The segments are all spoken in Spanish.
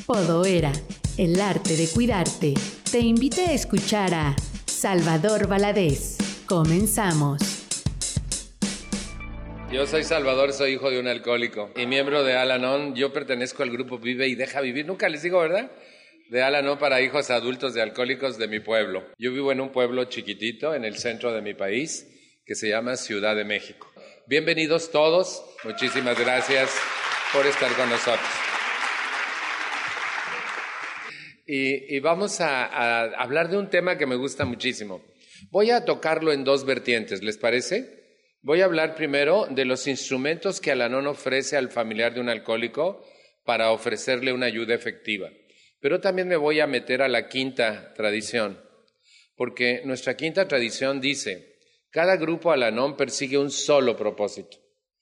Podoera, el arte de cuidarte, te invita a escuchar a Salvador Valadez. Comenzamos. Yo soy Salvador, soy hijo de un alcohólico y miembro de Al-Anon. Yo pertenezco al grupo Vive y Deja Vivir. Nunca les digo, ¿verdad? De Al-Anon para hijos adultos de alcohólicos de mi pueblo. Yo vivo en un pueblo chiquitito en el centro de mi país que se llama Ciudad de México. Bienvenidos todos. Muchísimas gracias por estar con nosotros. Y vamos a hablar de un tema que me gusta muchísimo. Voy a tocarlo en dos vertientes, ¿les parece? Voy a hablar primero de los instrumentos que Al-Anon ofrece al familiar de un alcohólico para ofrecerle una ayuda efectiva. Pero también me voy a meter a la quinta tradición, porque nuestra quinta tradición dice, cada grupo Al-Anon persigue un solo propósito,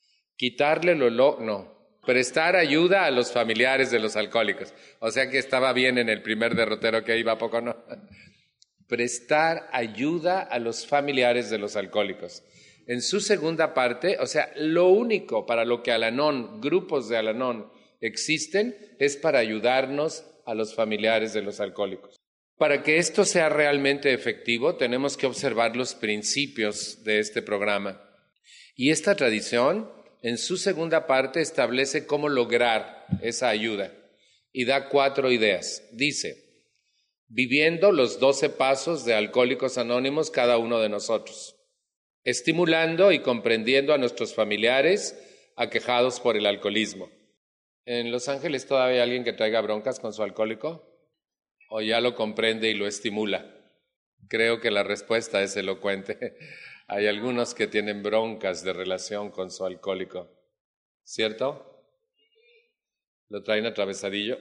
prestar ayuda a los familiares de los alcohólicos. O sea que estaba bien en el primer derrotero que iba, ¿a poco no? Prestar ayuda a los familiares de los alcohólicos. En su segunda parte, o sea, lo único para lo que Al-Anon, grupos de Al-Anon existen, es para ayudarnos a los familiares de los alcohólicos. Para que esto sea realmente efectivo, tenemos que observar los principios de este programa. Y esta tradición, en su segunda parte, establece cómo lograr esa ayuda y da 4 ideas. Dice, viviendo los 12 pasos de Alcohólicos Anónimos cada uno de nosotros, estimulando y comprendiendo a nuestros familiares aquejados por el alcoholismo. ¿En Los Ángeles todavía hay alguien que traiga broncas con su alcohólico? ¿O ya lo comprende y lo estimula? Creo que la respuesta es elocuente. Hay algunos que tienen broncas de relación con su alcohólico, ¿cierto? ¿Lo traen atravesadillo?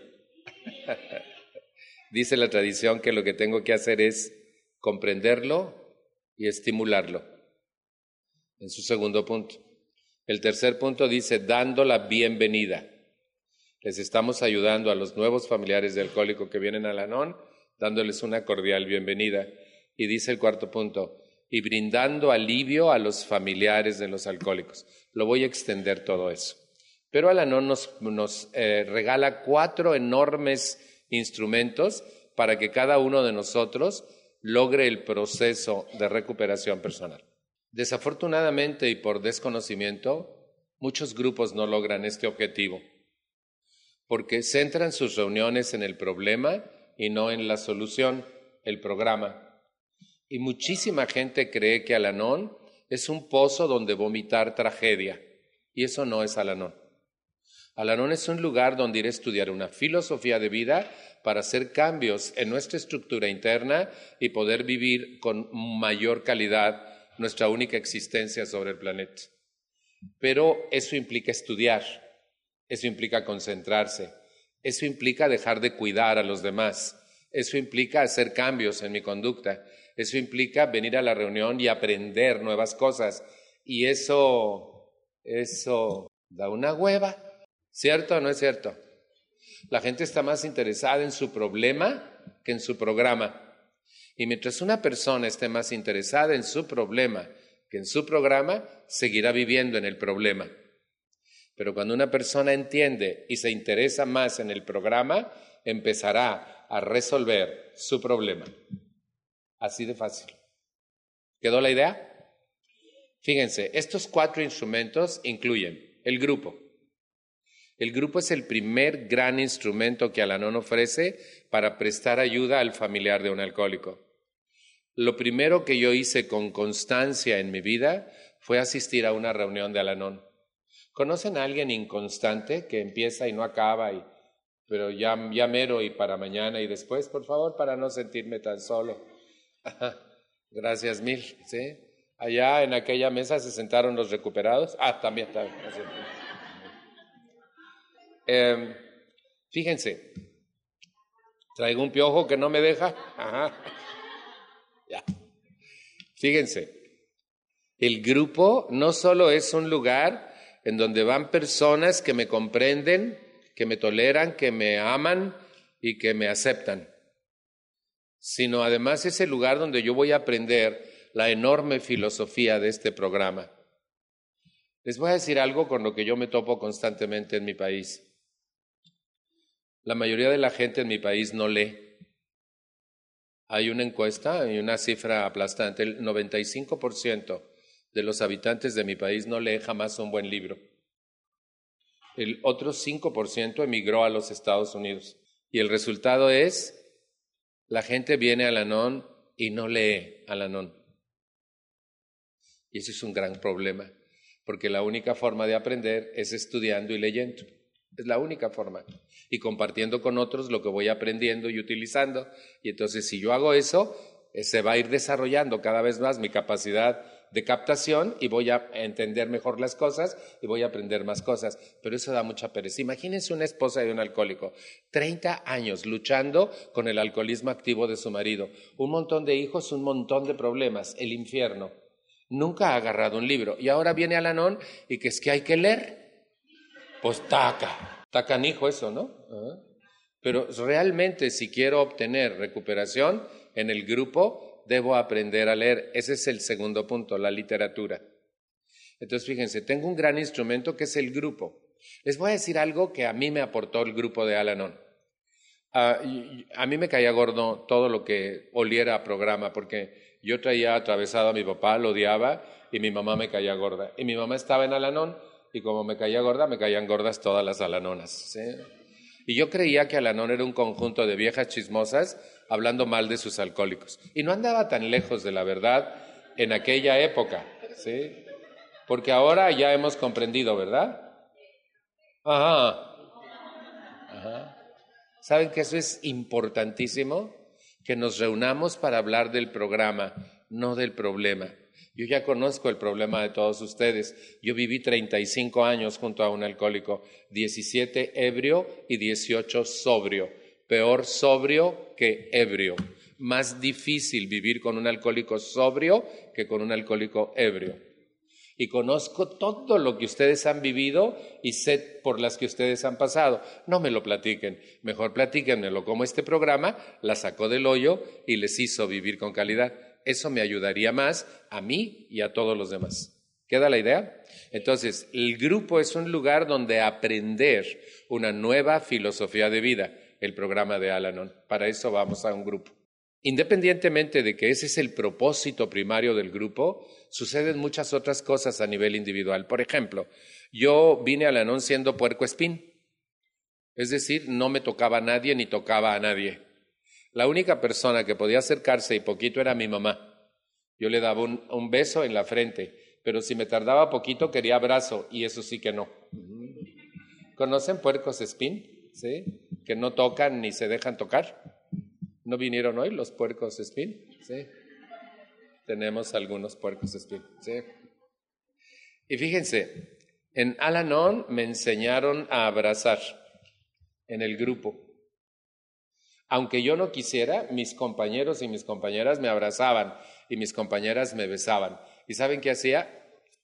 Dice la tradición que lo que tengo que hacer es comprenderlo y estimularlo. En su segundo punto. El tercer punto dice, dando la bienvenida. Les estamos ayudando a los nuevos familiares de alcohólico que vienen al Al-Anon, dándoles una cordial bienvenida. Y dice el cuarto punto, y brindando alivio a los familiares de los alcohólicos. Lo voy a extender todo eso. Pero Al-Anon nos regala 4 enormes instrumentos para que cada uno de nosotros logre el proceso de recuperación personal. Desafortunadamente y por desconocimiento, muchos grupos no logran este objetivo, porque centran sus reuniones en el problema y no en la solución, el programa. Y muchísima gente cree que Al-Anon es un pozo donde vomitar tragedia, y eso no es Al-Anon. Al-Anon es un lugar donde ir a estudiar una filosofía de vida para hacer cambios en nuestra estructura interna y poder vivir con mayor calidad nuestra única existencia sobre el planeta. Pero eso implica estudiar, eso implica concentrarse, eso implica dejar de cuidar a los demás, eso implica hacer cambios en mi conducta, eso implica venir a la reunión y aprender nuevas cosas. Y eso da una hueva, ¿cierto o no es cierto? La gente está más interesada en su problema que en su programa. Y mientras una persona esté más interesada en su problema que en su programa, seguirá viviendo en el problema. Pero cuando una persona entiende y se interesa más en el programa, empezará a resolver su problema. Así de fácil. ¿Quedó la idea? Fíjense, estos 4 instrumentos incluyen el grupo. El grupo es el primer gran instrumento que Al-Anon ofrece para prestar ayuda al familiar de un alcohólico. Lo primero que yo hice con constancia en mi vida fue asistir a una reunión de Al-Anon. ¿Conocen a alguien inconstante que empieza y no acaba, pero ya mero y para mañana y después, por favor, para no sentirme tan solo? Gracias mil, ¿sí? Allá en aquella mesa se sentaron los recuperados. También. Fíjense, traigo un piojo que no me deja. Ya. Fíjense, el grupo no solo es un lugar en donde van personas que me comprenden, que me toleran, que me aman y que me aceptan, sino además es el lugar donde yo voy a aprender la enorme filosofía de este programa. Les voy a decir algo con lo que yo me topo constantemente en mi país. La mayoría de la gente en mi país no lee. Hay una encuesta y una cifra aplastante. El 95% de los habitantes de mi país no lee jamás un buen libro. El otro 5% emigró a los Estados Unidos. Y el resultado es, la gente viene a Al-Anon y no lee Al-Anon. Y eso es un gran problema, porque la única forma de aprender es estudiando y leyendo. Es la única forma. Y compartiendo con otros lo que voy aprendiendo y utilizando. Y entonces, si yo hago eso, se va a ir desarrollando cada vez más mi capacidad de captación y voy a entender mejor las cosas y voy a aprender más cosas. Pero eso da mucha pereza. Imagínense una esposa de un alcohólico, 30 años luchando con el alcoholismo activo de su marido. Un montón de hijos, un montón de problemas, el infierno. Nunca ha agarrado un libro. Y ahora viene Al-Anon y que es que hay que leer. Pues está canijo eso, ¿no? Pero realmente si quiero obtener recuperación en el grupo, debo aprender a leer. Ese es el segundo punto, la literatura. Entonces, fíjense, tengo un gran instrumento que es el grupo. Les voy a decir algo que a mí me aportó el grupo de Al-Anon. A mí me caía gordo todo lo que oliera a programa, porque yo traía atravesado a mi papá, lo odiaba, y mi mamá me caía gorda. Y mi mamá estaba en Al-Anon, y como me caía gorda, me caían gordas todas las Al-Anonas, ¿sí? Y yo creía que Al-Anon era un conjunto de viejas chismosas hablando mal de sus alcohólicos. Y no andaba tan lejos de la verdad en aquella época, ¿sí? Porque ahora ya hemos comprendido, ¿verdad? Ajá. ¿Saben que eso es importantísimo? Que nos reunamos para hablar del programa, no del problema. Yo ya conozco el problema de todos ustedes. Yo viví 35 años junto a un alcohólico, 17 ebrio y 18 sobrio. Peor sobrio que ebrio. Más difícil vivir con un alcohólico sobrio que con un alcohólico ebrio. Y conozco todo lo que ustedes han vivido y sé por las que ustedes han pasado. No me lo platiquen, mejor platíquenmelo como este programa la sacó del hoyo y les hizo vivir con calidad. Eso me ayudaría más a mí y a todos los demás. ¿Queda la idea? Entonces, el grupo es un lugar donde aprender una nueva filosofía de vida, el programa de Al-Anon. Para eso vamos a un grupo. Independientemente de que ese es el propósito primario del grupo, suceden muchas otras cosas a nivel individual. Por ejemplo, yo vine a Al-Anon siendo puercoespín, es decir, no me tocaba a nadie ni tocaba a nadie. La única persona que podía acercarse y poquito era mi mamá. Yo le daba un beso en la frente, pero si me tardaba poquito quería abrazo y eso sí que no. ¿Conocen puercos espín? ¿Sí? Que no tocan ni se dejan tocar. ¿No vinieron hoy los puercos espín? Sí. Tenemos algunos puercos espín. Sí. Y fíjense, en Al-Anon me enseñaron a abrazar en el grupo. Aunque yo no quisiera, mis compañeros y mis compañeras me abrazaban y mis compañeras me besaban. ¿Y saben qué hacía?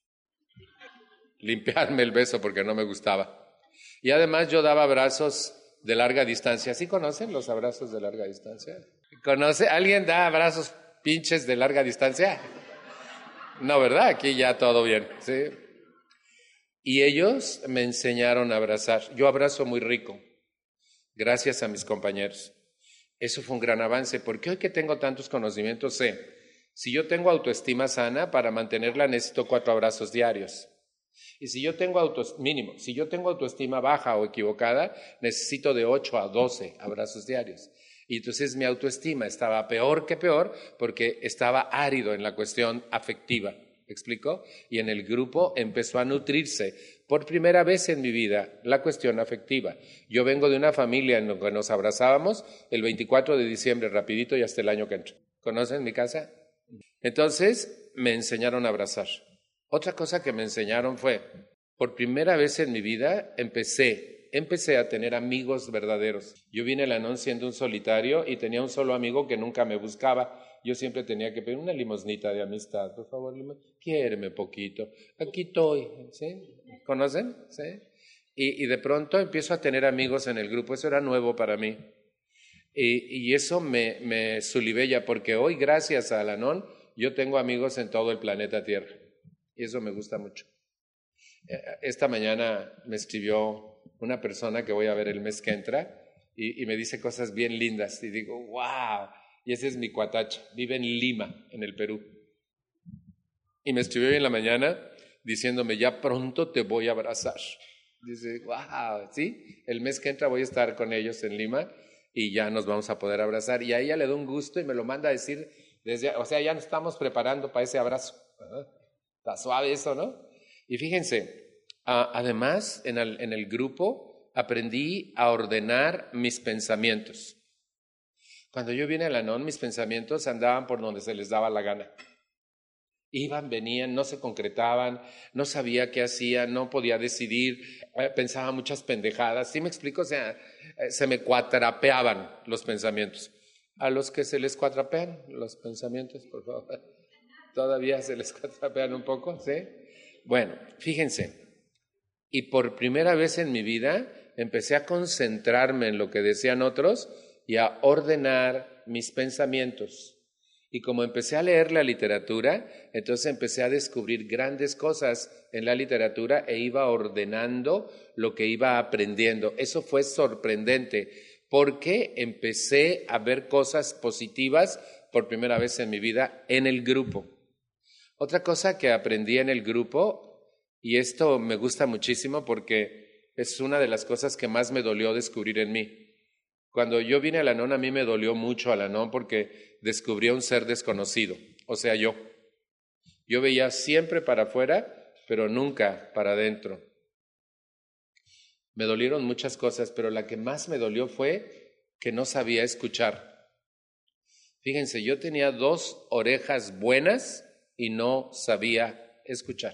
Limpiarme el beso porque no me gustaba. Y además yo daba abrazos de larga distancia. ¿Sí conocen los abrazos de larga distancia? ¿Conoce? ¿Alguien da abrazos pinches de larga distancia? No, ¿verdad? Aquí ya todo bien, ¿sí? Y ellos me enseñaron a abrazar. Yo abrazo muy rico, gracias a mis compañeros. Eso fue un gran avance, porque hoy que tengo tantos conocimientos sé, si yo tengo autoestima sana, para mantenerla necesito 4 abrazos diarios. Y si yo tengo autoestima baja o equivocada, necesito de 8 a 12 abrazos diarios. Y entonces mi autoestima estaba peor que peor porque estaba árido en la cuestión afectiva. ¿Me explico? Y en el grupo empezó a nutrirse por primera vez en mi vida la cuestión afectiva. Yo vengo de una familia en la que nos abrazábamos el 24 de diciembre, rapidito y hasta el año que entra. ¿Conocen mi casa? Entonces me enseñaron a abrazar. Otra cosa que me enseñaron fue, por primera vez en mi vida empecé a tener amigos verdaderos. Yo vine al Al-Anon siendo un solitario y tenía un solo amigo que nunca me buscaba. Yo siempre tenía que pedir una limosnita de amistad. Por favor, quiéreme poquito. Aquí estoy, ¿sí? ¿Conocen? ¿Sí? Y de pronto empiezo a tener amigos en el grupo. Eso era nuevo para mí. Y eso me sulibella porque hoy, gracias a Al-Anon, yo tengo amigos en todo el planeta Tierra. Y eso me gusta mucho. Esta mañana me escribió una persona que voy a ver el mes que entra y me dice cosas bien lindas y digo, wow, y ese es mi cuatacha, vive en Lima, en el Perú. Y me escribió hoy en la mañana diciéndome, ya pronto te voy a abrazar. Dice, wow, ¿sí? El mes que entra voy a estar con ellos en Lima y ya nos vamos a poder abrazar. Y a ella le da un gusto y me lo manda a decir, o sea, ya nos estamos preparando para ese abrazo. Está suave eso, ¿no? Y fíjense, además en el grupo aprendí a ordenar mis pensamientos. Cuando yo vine al Anon, mis pensamientos andaban por donde se les daba la gana. Iban, venían, no se concretaban, no sabía qué hacía, no podía decidir, pensaba muchas pendejadas. ¿Sí me explico? O sea, se me cuatrapeaban los pensamientos. A los que se les cuatrapean los pensamientos, por favor. ¿Todavía se les cuatrapean un poco? ¿Sí? Bueno, fíjense. Y por primera vez en mi vida empecé a concentrarme en lo que decían otros y a ordenar mis pensamientos. Y como empecé a leer la literatura, entonces empecé a descubrir grandes cosas en la literatura e iba ordenando lo que iba aprendiendo. Eso fue sorprendente porque empecé a ver cosas positivas por primera vez en mi vida en el grupo. Otra cosa que aprendí en el grupo, y esto me gusta muchísimo porque es una de las cosas que más me dolió descubrir en mí. Cuando yo vine al Anon, a mí me dolió mucho al Anon porque descubrí a un ser desconocido, o sea, yo. Yo veía siempre para afuera, pero nunca para adentro. Me dolieron muchas cosas, pero la que más me dolió fue que no sabía escuchar. Fíjense, yo tenía 2 orejas buenas y no sabía escuchar.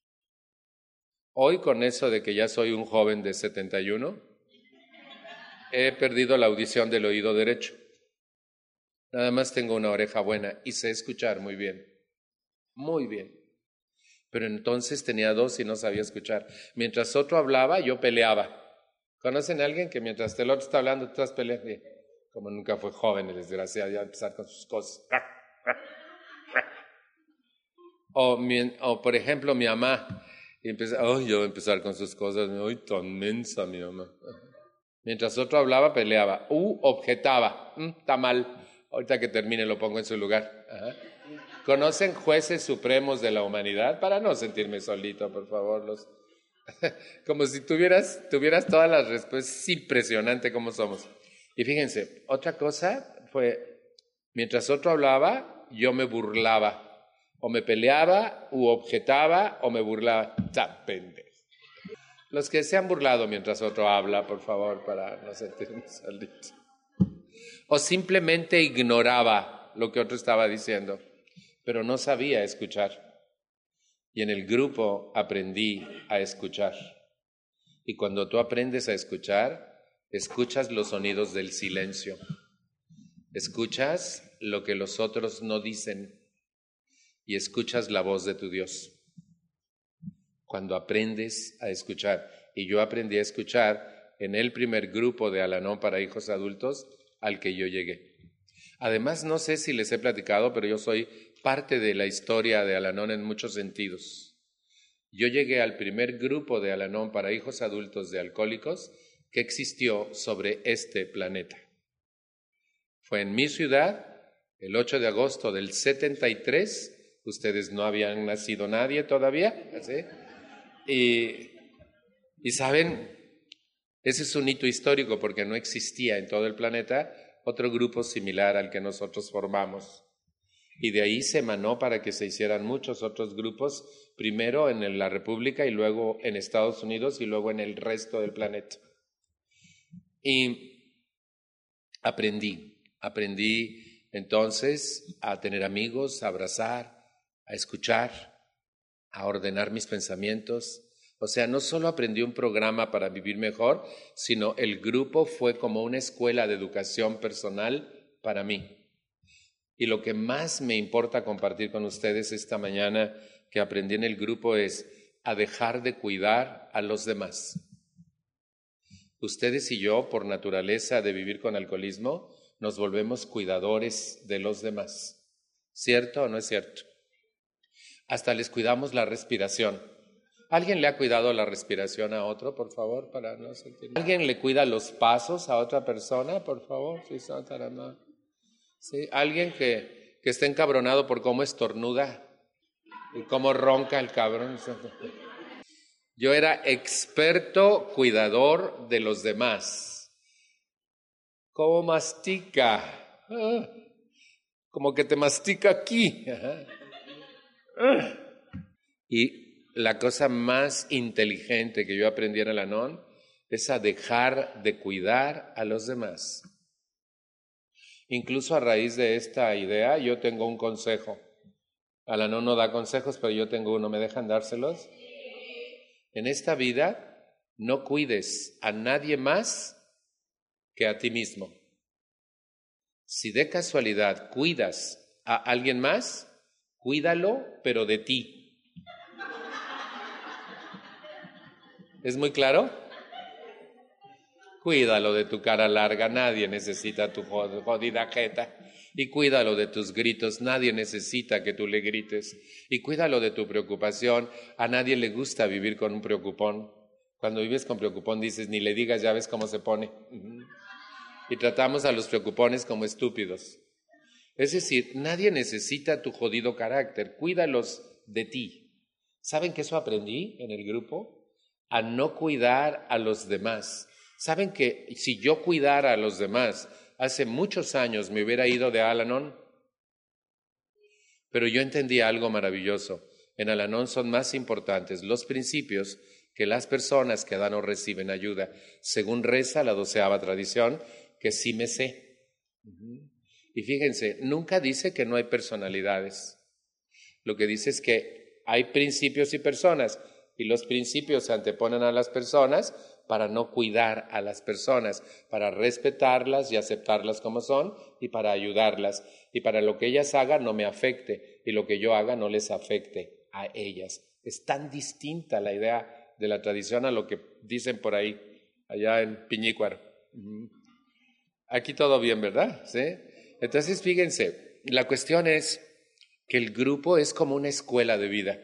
Hoy, con eso de que ya soy un joven de 71, he perdido la audición del oído derecho. Nada más tengo una oreja buena y sé escuchar muy bien. Muy bien. Pero entonces tenía 2 y no sabía escuchar. Mientras otro hablaba, yo peleaba. ¿Conocen a alguien que mientras el otro está hablando, tú estás peleando? Como nunca fue joven, el desgraciado, ya empezar con sus cosas. O por ejemplo, mi mamá. Y yo voy a empezar con sus cosas. Ay, tan mensa mi mamá. Mientras otro hablaba, peleaba. Objetaba. Está mal. Ahorita que termine lo pongo en su lugar. Ajá. ¿Conocen jueces supremos de la humanidad? Para no sentirme solito, por favor. Como si tuvieras todas las respuestas. Es impresionante cómo somos. Y fíjense, otra cosa fue, mientras otro hablaba, yo me burlaba. O me peleaba, u objetaba, o me burlaba. ¡Está pendejo! Los que se han burlado mientras otro habla, por favor, para no sentirme solito. O simplemente ignoraba lo que otro estaba diciendo, pero no sabía escuchar. Y en el grupo aprendí a escuchar. Y cuando tú aprendes a escuchar, escuchas los sonidos del silencio. Escuchas lo que los otros no dicen. Y escuchas la voz de tu Dios. Cuando aprendes a escuchar, y yo aprendí a escuchar en el primer grupo de Al-Anon para hijos adultos al que yo llegué. Además, no sé si les he platicado, pero yo soy parte de la historia de Al-Anon en muchos sentidos. Yo llegué al primer grupo de Al-Anon para hijos adultos de alcohólicos que existió sobre este planeta. Fue en mi ciudad, el 8 de agosto del 73, ustedes no habían nacido nadie todavía, ¿sí? Y saben, ese es un hito histórico porque no existía en todo el planeta otro grupo similar al que nosotros formamos. Y de ahí se emanó para que se hicieran muchos otros grupos, primero en la República y luego en Estados Unidos y luego en el resto del planeta. Y aprendí entonces a tener amigos, a abrazar, a escuchar, a ordenar mis pensamientos. O sea, no solo aprendí un programa para vivir mejor, sino el grupo fue como una escuela de educación personal para mí. Y lo que más me importa compartir con ustedes esta mañana que aprendí en el grupo es a dejar de cuidar a los demás. Ustedes y yo, por naturaleza de vivir con alcoholismo, nos volvemos cuidadores de los demás. ¿Cierto o no es cierto? Hasta les cuidamos la respiración. ¿Alguien le ha cuidado la respiración a otro, por favor, para no sentir? ¿Alguien le cuida los pasos a otra persona, por favor? Sí, alguien que esté encabronado por cómo estornuda y cómo ronca el cabrón. Yo era experto cuidador de los demás. ¿Cómo mastica? Como que te mastica aquí. Y la cosa más inteligente que yo aprendí en Al-Anon es a dejar de cuidar a los demás. Incluso a raíz de esta idea, yo tengo un consejo. Al-Anon no da consejos, pero yo tengo uno. ¿Me dejan dárselos? En esta vida, no cuides a nadie más que a ti mismo. Si de casualidad cuidas a alguien más, cuídalo, pero de ti. ¿Es muy claro? Cuídalo de tu cara larga, nadie necesita tu jodida jeta. Y cuídalo de tus gritos, nadie necesita que tú le grites. Y cuídalo de tu preocupación, a nadie le gusta vivir con un preocupón. Cuando vives con preocupón dices, ni le digas, ya ves cómo se pone. Y tratamos a los preocupones como estúpidos. Es decir, nadie necesita tu jodido carácter, cuídalos de ti. ¿Saben que eso aprendí en el grupo? A no cuidar a los demás. ¿Saben que si yo cuidara a los demás, hace muchos años me hubiera ido de Al-Anon? Pero yo entendí algo maravilloso. En Al-Anon son más importantes los principios que las personas que dan o reciben ayuda. Según reza la 12ª tradición, que sí me sé. Y fíjense, nunca dice que no hay personalidades. Lo que dice es que hay principios y personas. Y los principios se anteponen a las personas para no cuidar a las personas, para respetarlas y aceptarlas como son y para ayudarlas. Y para lo que ellas hagan no me afecte y lo que yo haga no les afecte a ellas. Es tan distinta la idea de la tradición a lo que dicen por ahí, allá en Piñícuaro. Aquí todo bien, ¿verdad? ¿Sí? Entonces, fíjense, la cuestión es que el grupo es como una escuela de vida.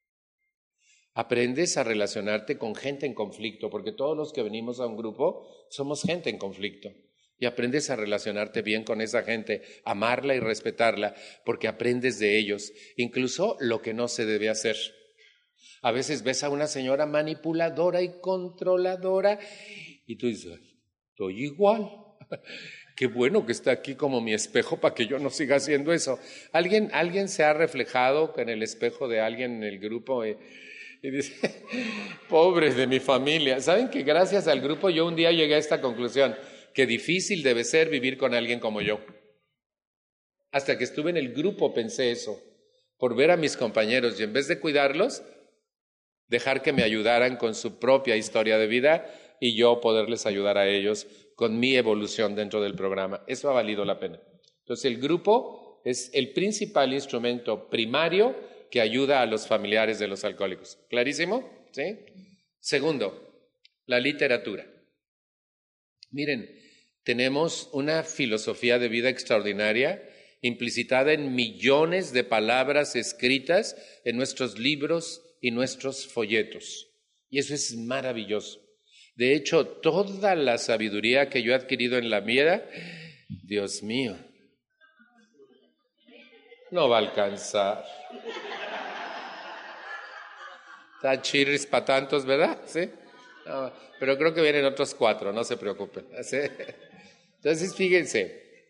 Aprendes a relacionarte con gente en conflicto, porque todos los que venimos a un grupo somos gente en conflicto. Y aprendes a relacionarte bien con esa gente, amarla y respetarla, porque aprendes de ellos, incluso lo que no se debe hacer. A veces ves a una señora manipuladora y controladora y tú dices, estoy igual. Qué bueno que está aquí como mi espejo para que yo no siga haciendo eso. ¿Alguien se ha reflejado en el espejo de alguien en el grupo? Y dice, pobres de mi familia. ¿Saben que gracias al grupo yo un día llegué a esta conclusión? Que difícil debe ser vivir con alguien como yo. Hasta que estuve en el grupo pensé eso, por ver a mis compañeros y en vez de cuidarlos, dejar que me ayudaran con su propia historia de vida y yo poderles ayudar a ellos con mi evolución dentro del programa. Eso ha valido la pena. Entonces el grupo es el principal instrumento primario que ayuda a los familiares de los alcohólicos. ¿Clarísimo? ¿Sí? Segundo, la literatura. Miren, tenemos una filosofía de vida extraordinaria implicitada en millones de palabras escritas en nuestros libros y nuestros folletos. Y eso es maravilloso. De hecho, toda la sabiduría que yo he adquirido en la vida, Dios mío, no va a alcanzar. Está chirris para tantos, ¿verdad? ¿Sí? No, pero creo que vienen otros 4, no se preocupen. ¿Sí? Entonces, fíjense,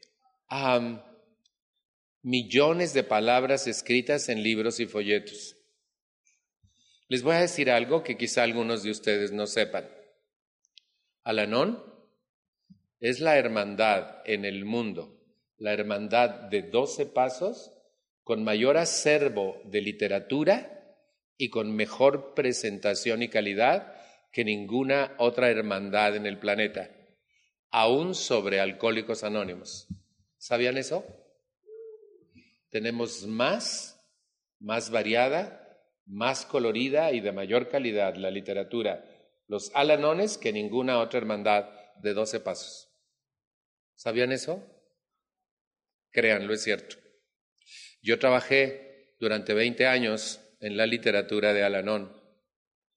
millones de palabras escritas en libros y folletos. Les voy a decir algo que quizá algunos de ustedes no sepan. Al-Anon es la hermandad en el mundo, la hermandad de 12 pasos con mayor acervo de literatura y con mejor presentación y calidad que ninguna otra hermandad en el planeta, aún sobre Alcohólicos Anónimos. ¿Sabían eso? Tenemos más variada, más colorida y de mayor calidad la literatura, los Al-Anones, que ninguna otra hermandad de 12 pasos. ¿Sabían eso? Créanlo, es cierto. Yo trabajé durante 20 años en la literatura de Al-Anon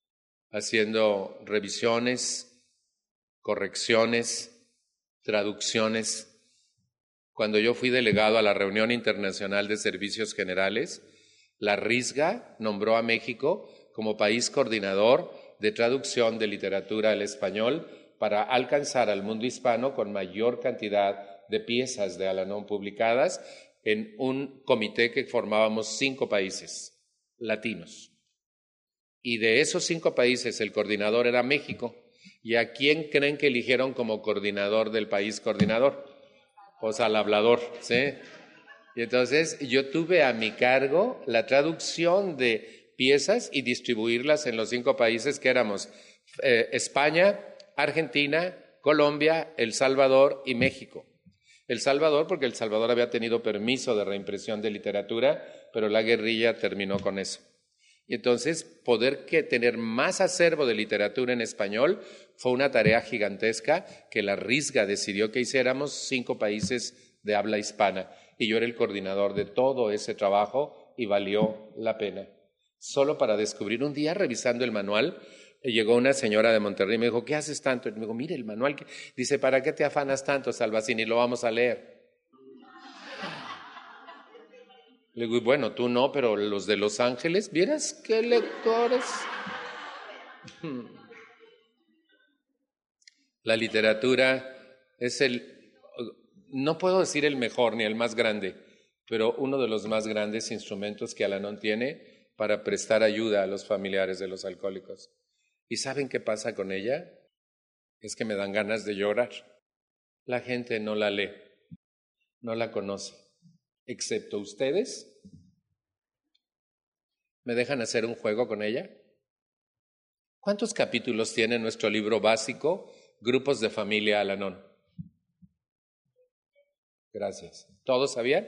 haciendo revisiones, correcciones, traducciones. Cuando yo fui delegado a la Reunión Internacional de Servicios Generales, la RISGA nombró a México como país coordinador de traducción de literatura al español para alcanzar al mundo hispano con mayor cantidad de piezas de Al-Anon publicadas en un comité que formábamos 5 países latinos. Y de esos 5 países el coordinador era México. ¿Y a quién creen que eligieron como coordinador del país coordinador? Pues al hablador, ¿sí? Y entonces yo tuve a mi cargo la traducción de piezas y distribuirlas en los 5 países que éramos España, Argentina, Colombia, El Salvador y México. El Salvador porque El Salvador había tenido permiso de reimpresión de literatura, pero la guerrilla terminó con eso. Y entonces poder tener más acervo de literatura en español fue una tarea gigantesca que la RISGA decidió que hiciéramos 5 países de habla hispana. Y yo era el coordinador de todo ese trabajo y valió la pena. Solo para descubrir un día, revisando el manual, llegó una señora de Monterrey y me dijo, ¿qué haces tanto? Y me dijo, mire el manual. Dice, ¿para qué te afanas tanto, Salva, si ni lo vamos a leer? Le digo, bueno, tú no, pero los de Los Ángeles, ¿vieras qué lectores? La literatura es no puedo decir el mejor ni el más grande, pero uno de los más grandes instrumentos que Al-Anon tiene para prestar ayuda a los familiares de los alcohólicos. ¿Y saben qué pasa con ella? Es que me dan ganas de llorar. La gente no la lee, no la conoce, excepto ustedes. ¿Me dejan hacer un juego con ella? ¿Cuántos capítulos tiene nuestro libro básico, Grupos de Familia Al-Anon? Gracias. ¿Todos sabían?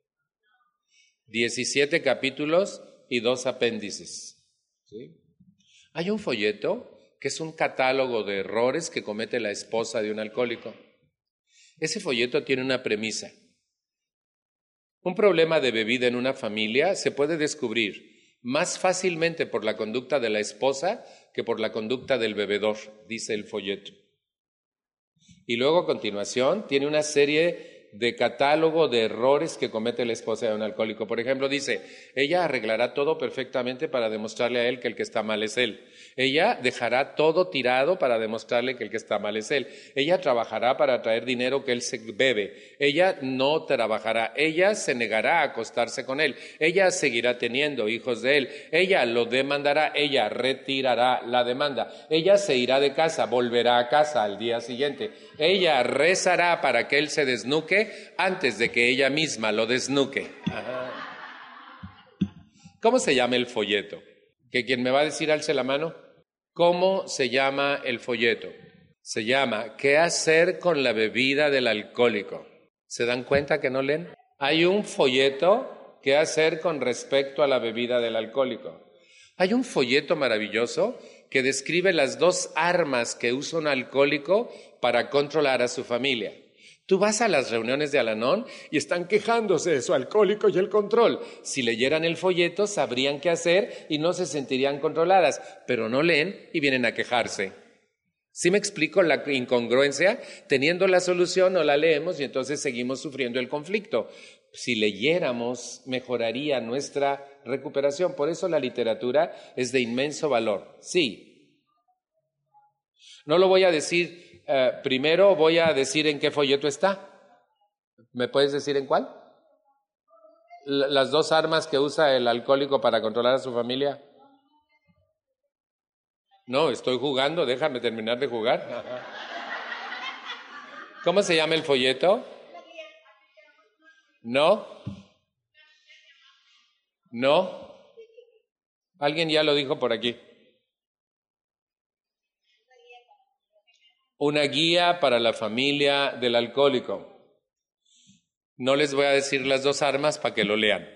17 capítulos y 2 apéndices. ¿Sí? Hay un folleto que es un catálogo de errores que comete la esposa de un alcohólico. Ese folleto tiene una premisa. Un problema de bebida en una familia se puede descubrir más fácilmente por la conducta de la esposa que por la conducta del bebedor, dice el folleto. Y luego a continuación tiene una serie de catálogo de errores que comete la esposa de un alcohólico. Por ejemplo, dice, ella arreglará todo perfectamente para demostrarle a él que el que está mal es él. Ella dejará todo tirado para demostrarle que el que está mal es él. Ella trabajará para traer dinero que él se bebe. Ella no trabajará. Ella se negará a acostarse con él. Ella seguirá teniendo hijos de él. Ella lo demandará. Ella retirará la demanda. Ella se irá de casa, volverá a casa al día siguiente. Ella rezará para que él se desnuque antes de que ella misma lo desnuque. ¿Cómo se llama el folleto? ¿Que quien me va a decir alce la mano? ¿Cómo se llama el folleto? Se llama ¿Qué hacer con la bebida del alcohólico? ¿Se dan cuenta que no leen? Hay un folleto ¿Qué hacer con respecto a la bebida del alcohólico? Hay un folleto maravilloso que describe las 2 armas que usa un alcohólico para controlar a su familia. Tú vas a las reuniones de Al-Anon y están quejándose de su alcohólico y el control. Si leyeran el folleto, sabrían qué hacer y no se sentirían controladas, pero no leen y vienen a quejarse. ¿Sí me explico la incongruencia? Teniendo la solución no la leemos y entonces seguimos sufriendo el conflicto. Si leyéramos, mejoraría nuestra recuperación. Por eso la literatura es de inmenso valor. Sí. No lo voy a decir... primero voy a decir en qué folleto está. ¿Me puedes decir en cuál? Las 2 armas que usa el alcohólico para controlar a su familia. No, estoy jugando, déjame terminar de jugar. ¿Cómo se llama el folleto? ¿No? ¿No? Alguien ya lo dijo por aquí. Una guía para la familia del alcohólico. No les voy a decir las 2 armas para que lo lean.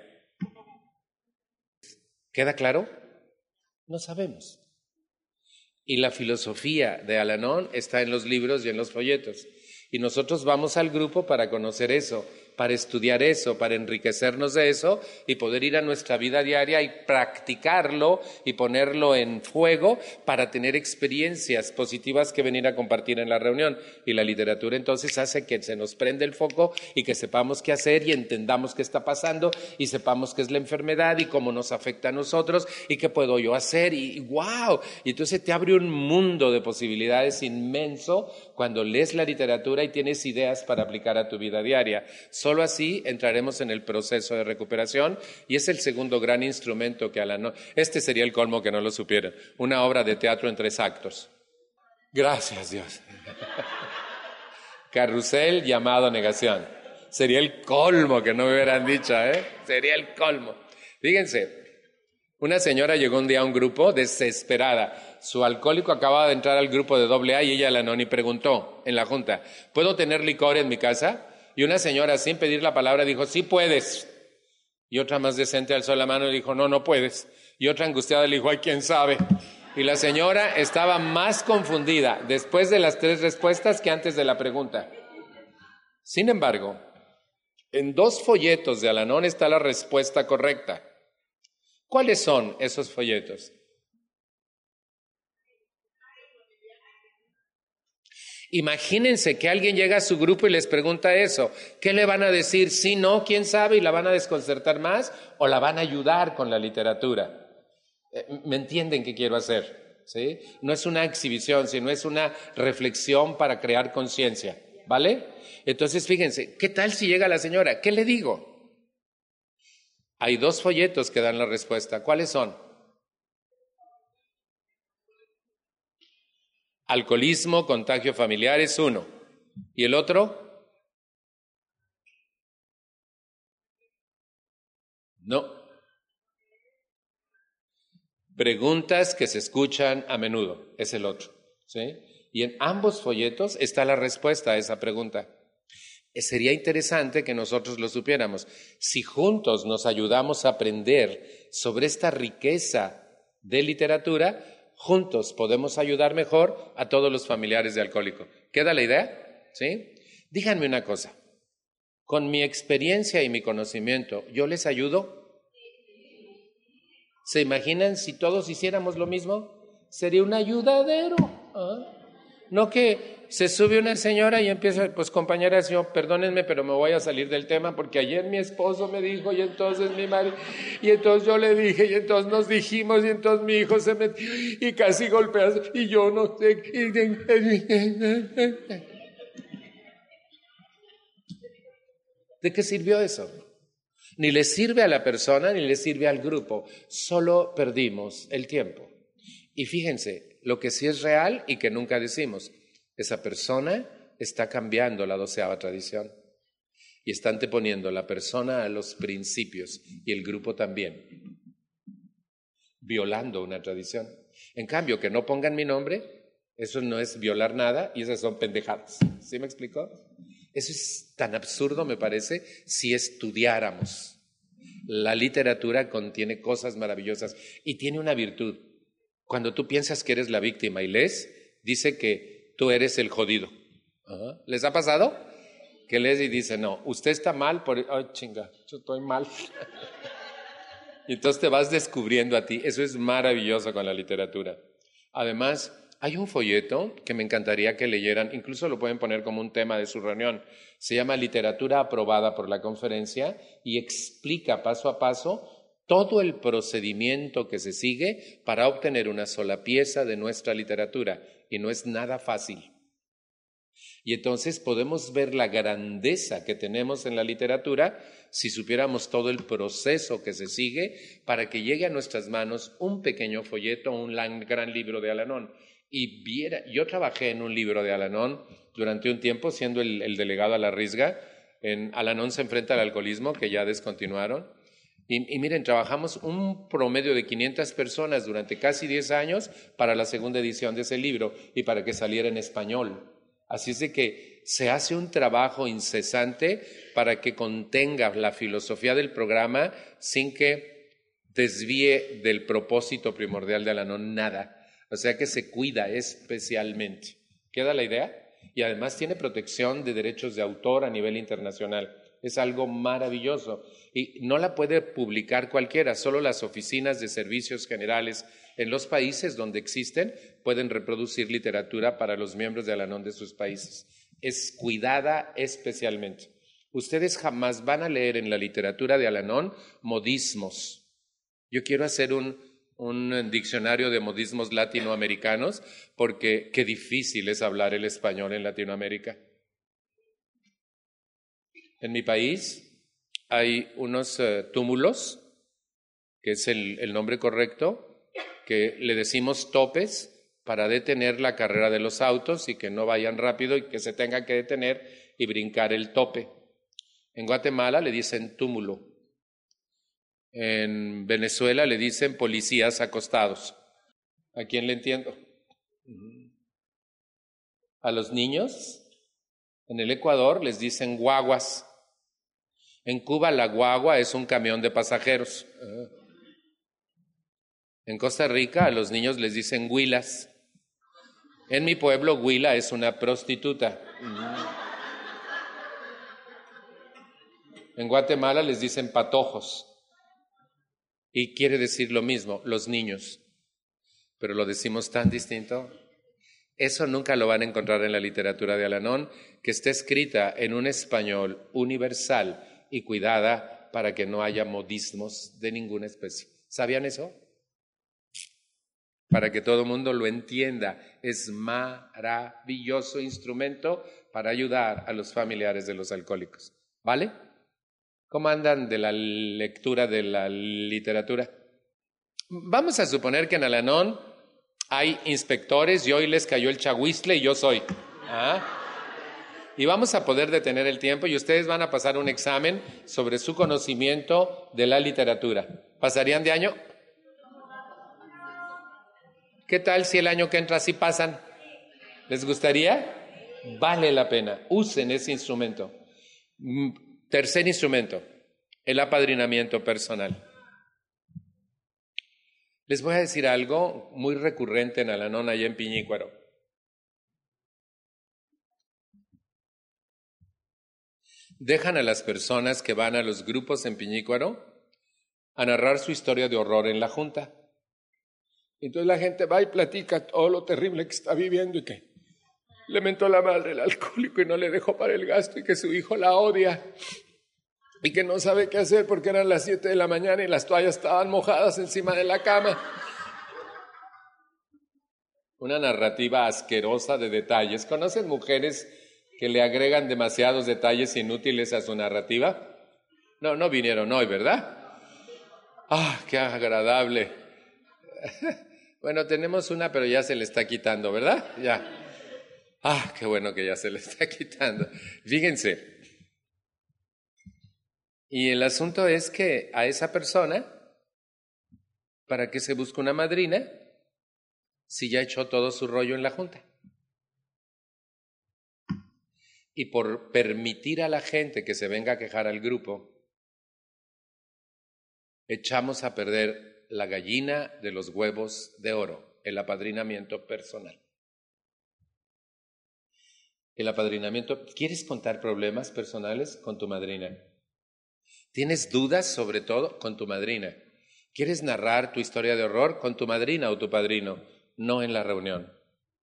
¿Queda claro? No sabemos. Y la filosofía de Al-Anon está en los libros y en los folletos. Y nosotros vamos al grupo para conocer eso, para estudiar eso, para enriquecernos de eso y poder ir a nuestra vida diaria y practicarlo y ponerlo en fuego para tener experiencias positivas que venir a compartir en la reunión. Y la literatura entonces hace que se nos prenda el foco y que sepamos qué hacer y entendamos qué está pasando y sepamos qué es la enfermedad y cómo nos afecta a nosotros y qué puedo yo hacer y ¡wow! Y entonces te abre un mundo de posibilidades inmenso cuando lees la literatura y tienes ideas para aplicar a tu vida diaria. Solo así entraremos en el proceso de recuperación y es el segundo gran instrumento que Al-Anon. Este sería el colmo que no lo supieran. Una obra de teatro en 3 actos. Gracias, Dios. Carrusel llamado negación. Sería el colmo que no me hubieran dicho, ¿eh? Sería el colmo. Fíjense, una señora llegó un día a un grupo desesperada. Su alcohólico acababa de entrar al grupo de AA y ella Al-Anon y preguntó en la junta, ¿puedo tener licor en mi casa? Y una señora, sin pedir la palabra, dijo, sí puedes. Y otra más decente alzó la mano y dijo, no, no puedes. Y otra angustiada le dijo, ay, ¿quién sabe? Y la señora estaba más confundida después de las 3 respuestas que antes de la pregunta. Sin embargo, en 2 folletos de Al-Anon está la respuesta correcta. ¿Cuáles son esos folletos? Imagínense que alguien llega a su grupo y les pregunta eso. ¿Qué le van a decir? Sí, no, quién sabe, y la van a desconcertar más o la van a ayudar con la literatura. ¿Me entienden qué quiero hacer? ¿Sí? No es una exhibición, sino es una reflexión para crear conciencia, ¿vale? Entonces, fíjense, ¿qué tal si llega la señora? ¿Qué le digo? Hay 2 folletos que dan la respuesta. ¿Cuáles son? Alcoholismo, contagio familiar es 1. ¿Y el otro? No. Preguntas que se escuchan a menudo es el otro, ¿sí? Y en ambos folletos está la respuesta a esa pregunta. Sería interesante que nosotros lo supiéramos. Si juntos nos ayudamos a aprender sobre esta riqueza de literatura, juntos podemos ayudar mejor a todos los familiares de alcohólico. ¿Queda la idea? ¿Sí? Díganme una cosa. Con mi experiencia y mi conocimiento, ¿yo les ayudo? ¿Se imaginan si todos hiciéramos lo mismo? Sería un ayudadero. ¿Ah? No que se sube una señora y empieza, pues compañeras, yo perdónenme, pero me voy a salir del tema porque ayer mi esposo me dijo y entonces mi marido, y entonces yo le dije y entonces nos dijimos y entonces mi hijo se metió y casi golpea y yo no sé. ¿De qué sirvió eso? Ni le sirve a la persona ni le sirve al grupo, solo perdimos el tiempo. Y fíjense, lo que sí es real y que nunca decimos, esa persona está cambiando la 12ª tradición y está anteponiendo la persona a los principios y el grupo también, violando una tradición. En cambio, que no pongan mi nombre, eso no es violar nada y esas son pendejadas. ¿Sí me explicó? Eso es tan absurdo, me parece, si estudiáramos. La literatura contiene cosas maravillosas y tiene una virtud. Cuando tú piensas que eres la víctima y lees, dice que tú eres el jodido. Ajá. ¿Les ha pasado? Que lees y dice, no, usted está mal por... Ay, chinga, yo estoy mal. Y entonces te vas descubriendo a ti. Eso es maravilloso con la literatura. Además, hay un folleto que me encantaría que leyeran, incluso lo pueden poner como un tema de su reunión. Se llama Literatura aprobada por la conferencia y explica paso a paso todo el procedimiento que se sigue para obtener una sola pieza de nuestra literatura. Y no es nada fácil. Y entonces podemos ver la grandeza que tenemos en la literatura si supiéramos todo el proceso que se sigue para que llegue a nuestras manos un pequeño folleto, un gran libro de Al-Anon. Y yo trabajé en un libro de Al-Anon durante un tiempo siendo el delegado a la Risga. En Al-Anon se enfrenta al alcoholismo, que ya descontinuaron. Y miren, trabajamos un promedio de 500 personas durante casi 10 años para la segunda edición de ese libro y para que saliera en español. Así es de que se hace un trabajo incesante para que contenga la filosofía del programa sin que desvíe del propósito primordial de Al-Anon nada. O sea que se cuida especialmente. ¿Queda la idea? y además tiene protección de derechos de autor a nivel internacional. Es algo maravilloso y no la puede publicar cualquiera, solo las oficinas de servicios generales en los países donde existen pueden reproducir literatura para los miembros de Al-Anon de sus países. Es cuidada especialmente. Ustedes jamás van a leer en la literatura de Al-Anon modismos. Yo quiero hacer un diccionario de modismos latinoamericanos porque qué difícil es hablar el español en Latinoamérica. En mi país hay unos túmulos, que es el nombre correcto, que le decimos topes para detener la carrera de los autos y que no vayan rápido y que se tengan que detener y brincar el tope. En Guatemala le dicen túmulo. En Venezuela le dicen policías acostados. ¿A quién le entiendo? A los niños en el Ecuador les dicen guaguas. En Cuba la guagua es un camión de pasajeros. En Costa Rica a los niños les dicen huilas. En mi pueblo huila es una prostituta. En Guatemala les dicen patojos. Y quiere decir lo mismo, los niños. Pero lo decimos tan distinto. Eso nunca lo van a encontrar en la literatura de Al-Anon, que está escrita en un español universal y cuidada para que no haya modismos de ninguna especie. ¿Sabían eso? Para que todo el mundo lo entienda. Es maravilloso instrumento para ayudar a los familiares de los alcohólicos. ¿Vale? ¿Cómo andan de la lectura de la literatura? Vamos a suponer que en Al-Anon hay inspectores y hoy les cayó el chahuizle y yo soy. Y vamos a poder detener el tiempo y ustedes van a pasar un examen sobre su conocimiento de la literatura. ¿Pasarían de año? ¿Qué tal si el año que entra sí pasan? ¿Les gustaría? Vale la pena. Usen ese instrumento. Tercer instrumento, el apadrinamiento personal. Les voy a decir algo muy recurrente en Al-Anon allá en Piñícuaro. Dejan a las personas que van a los grupos en Piñícuaro a narrar su historia de horror en la junta. Entonces la gente va y platica todo lo terrible que está viviendo y que le mentó la madre el alcohólico y no le dejó para el gasto y que su hijo la odia y que no sabe qué hacer porque eran las 7 de la mañana y las toallas estaban mojadas encima de la cama. Una narrativa asquerosa de detalles. ¿Conocen mujeres que le agregan demasiados detalles inútiles a su narrativa? No vinieron hoy, ¿verdad? ¡Qué agradable! Bueno, tenemos una, pero ya se le está quitando, ¿verdad? Ya. Qué bueno que ya se le está quitando. Fíjense. Y el asunto es que a esa persona, ¿para qué se busca una madrina si ya echó todo su rollo en la junta? Y por permitir a la gente que se venga a quejar al grupo, echamos a perder la gallina de los huevos de oro, el apadrinamiento personal. El apadrinamiento, ¿quieres contar problemas personales? Con tu madrina. ¿Tienes dudas sobre todo? Con tu madrina. ¿Quieres narrar tu historia de horror? Con tu madrina o tu padrino. No en la reunión.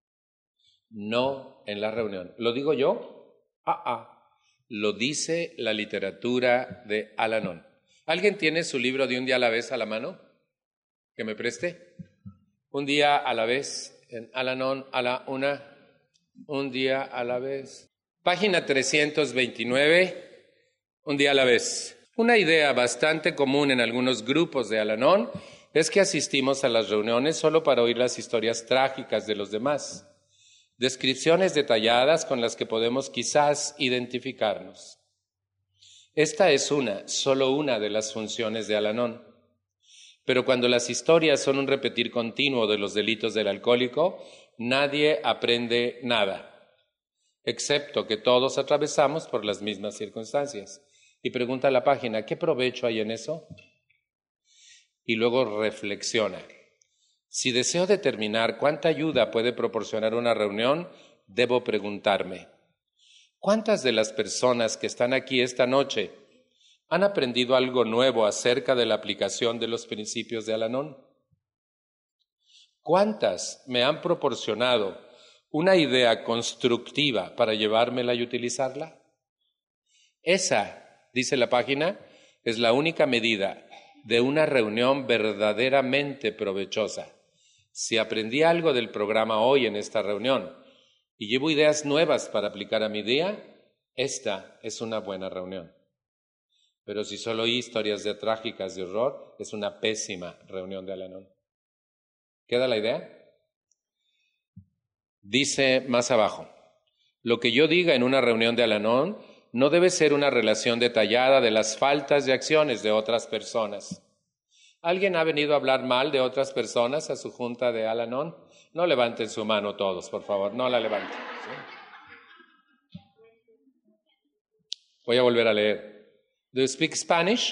No en la reunión. ¿Lo digo yo? Lo dice la literatura de Al-Anon. ¿Alguien tiene su libro de Un día a la vez a la mano? ¿Que me preste? Un día a la vez, en Al-Anon, a la una, un día a la vez. Página 329, un día a la vez. Una idea bastante común en algunos grupos de Al-Anon es que asistimos a las reuniones solo para oír las historias trágicas de los demás, descripciones detalladas con las que podemos quizás identificarnos. Esta es solo una de las funciones de Al-Anon. Pero cuando las historias son un repetir continuo de los delitos del alcohólico, nadie aprende nada, excepto que todos atravesamos por las mismas circunstancias. Y pregunta a la página, ¿qué provecho hay en eso? Y luego reflexiona. Si deseo determinar cuánta ayuda puede proporcionar una reunión, debo preguntarme, ¿cuántas de las personas que están aquí esta noche han aprendido algo nuevo acerca de la aplicación de los principios de Al-Anon? ¿Cuántas me han proporcionado una idea constructiva para llevármela y utilizarla? Esa, dice la página, es la única medida de una reunión verdaderamente provechosa. Si aprendí algo del programa hoy en esta reunión y llevo ideas nuevas para aplicar a mi día, esta es una buena reunión. Pero si solo oí historias trágicas de horror, es una pésima reunión de Al-Anon. ¿Queda la idea? Dice más abajo, lo que yo diga en una reunión de Al-Anon no debe ser una relación detallada de las faltas de acciones de otras personas. ¿Alguien ha venido a hablar mal de otras personas a su junta de Al-Anon? No levanten su mano todos, por favor, no la levanten. ¿Sí? Voy a volver a leer. Do you speak Spanish?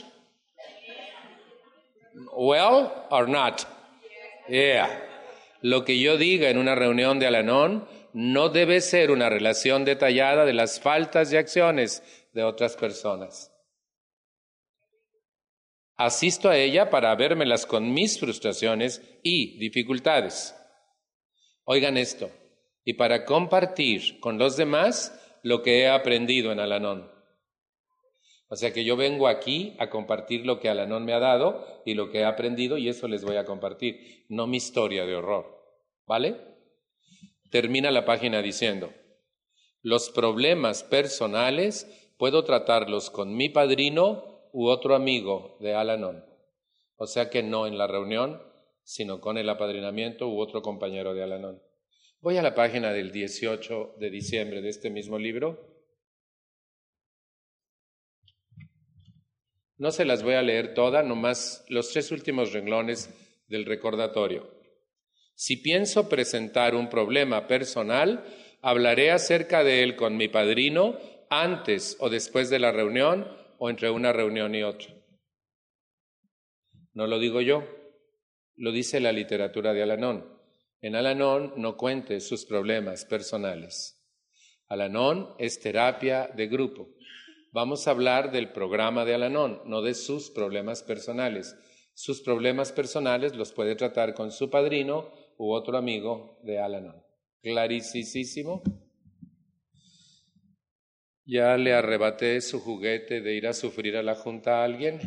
Well or not? Yeah. Lo que yo diga en una reunión de Al-Anon no debe ser una relación detallada de las faltas y acciones de otras personas. Asisto a ella para vérmelas con mis frustraciones y dificultades. Oigan esto, y para compartir con los demás lo que he aprendido en Al-Anon. O sea que yo vengo aquí a compartir lo que Al-Anon me ha dado y lo que he aprendido, y eso les voy a compartir, no mi historia de horror. ¿Vale? Termina la página diciendo, los problemas personales puedo tratarlos con mi padrino u otro amigo de Al-Anon. O sea que no en la reunión, sino con el apadrinamiento u otro compañero de Al-Anon. Voy a la página del 18 de diciembre de este mismo libro. No se las voy a leer todas, nomás los 3 últimos renglones del recordatorio. Si pienso presentar un problema personal, hablaré acerca de él con mi padrino antes o después de la reunión o entre una reunión y otra. No lo digo yo, lo dice la literatura de Al-Anon. En Al-Anon no cuente sus problemas personales. Al-Anon es terapia de grupo. Vamos a hablar del programa de Al-Anon, no de sus problemas personales. Sus problemas personales los puede tratar con su padrino u otro amigo de Al-Anon. ¿Clarísimo? ¿Ya le arrebaté su juguete de ir a sufrir a la junta a alguien?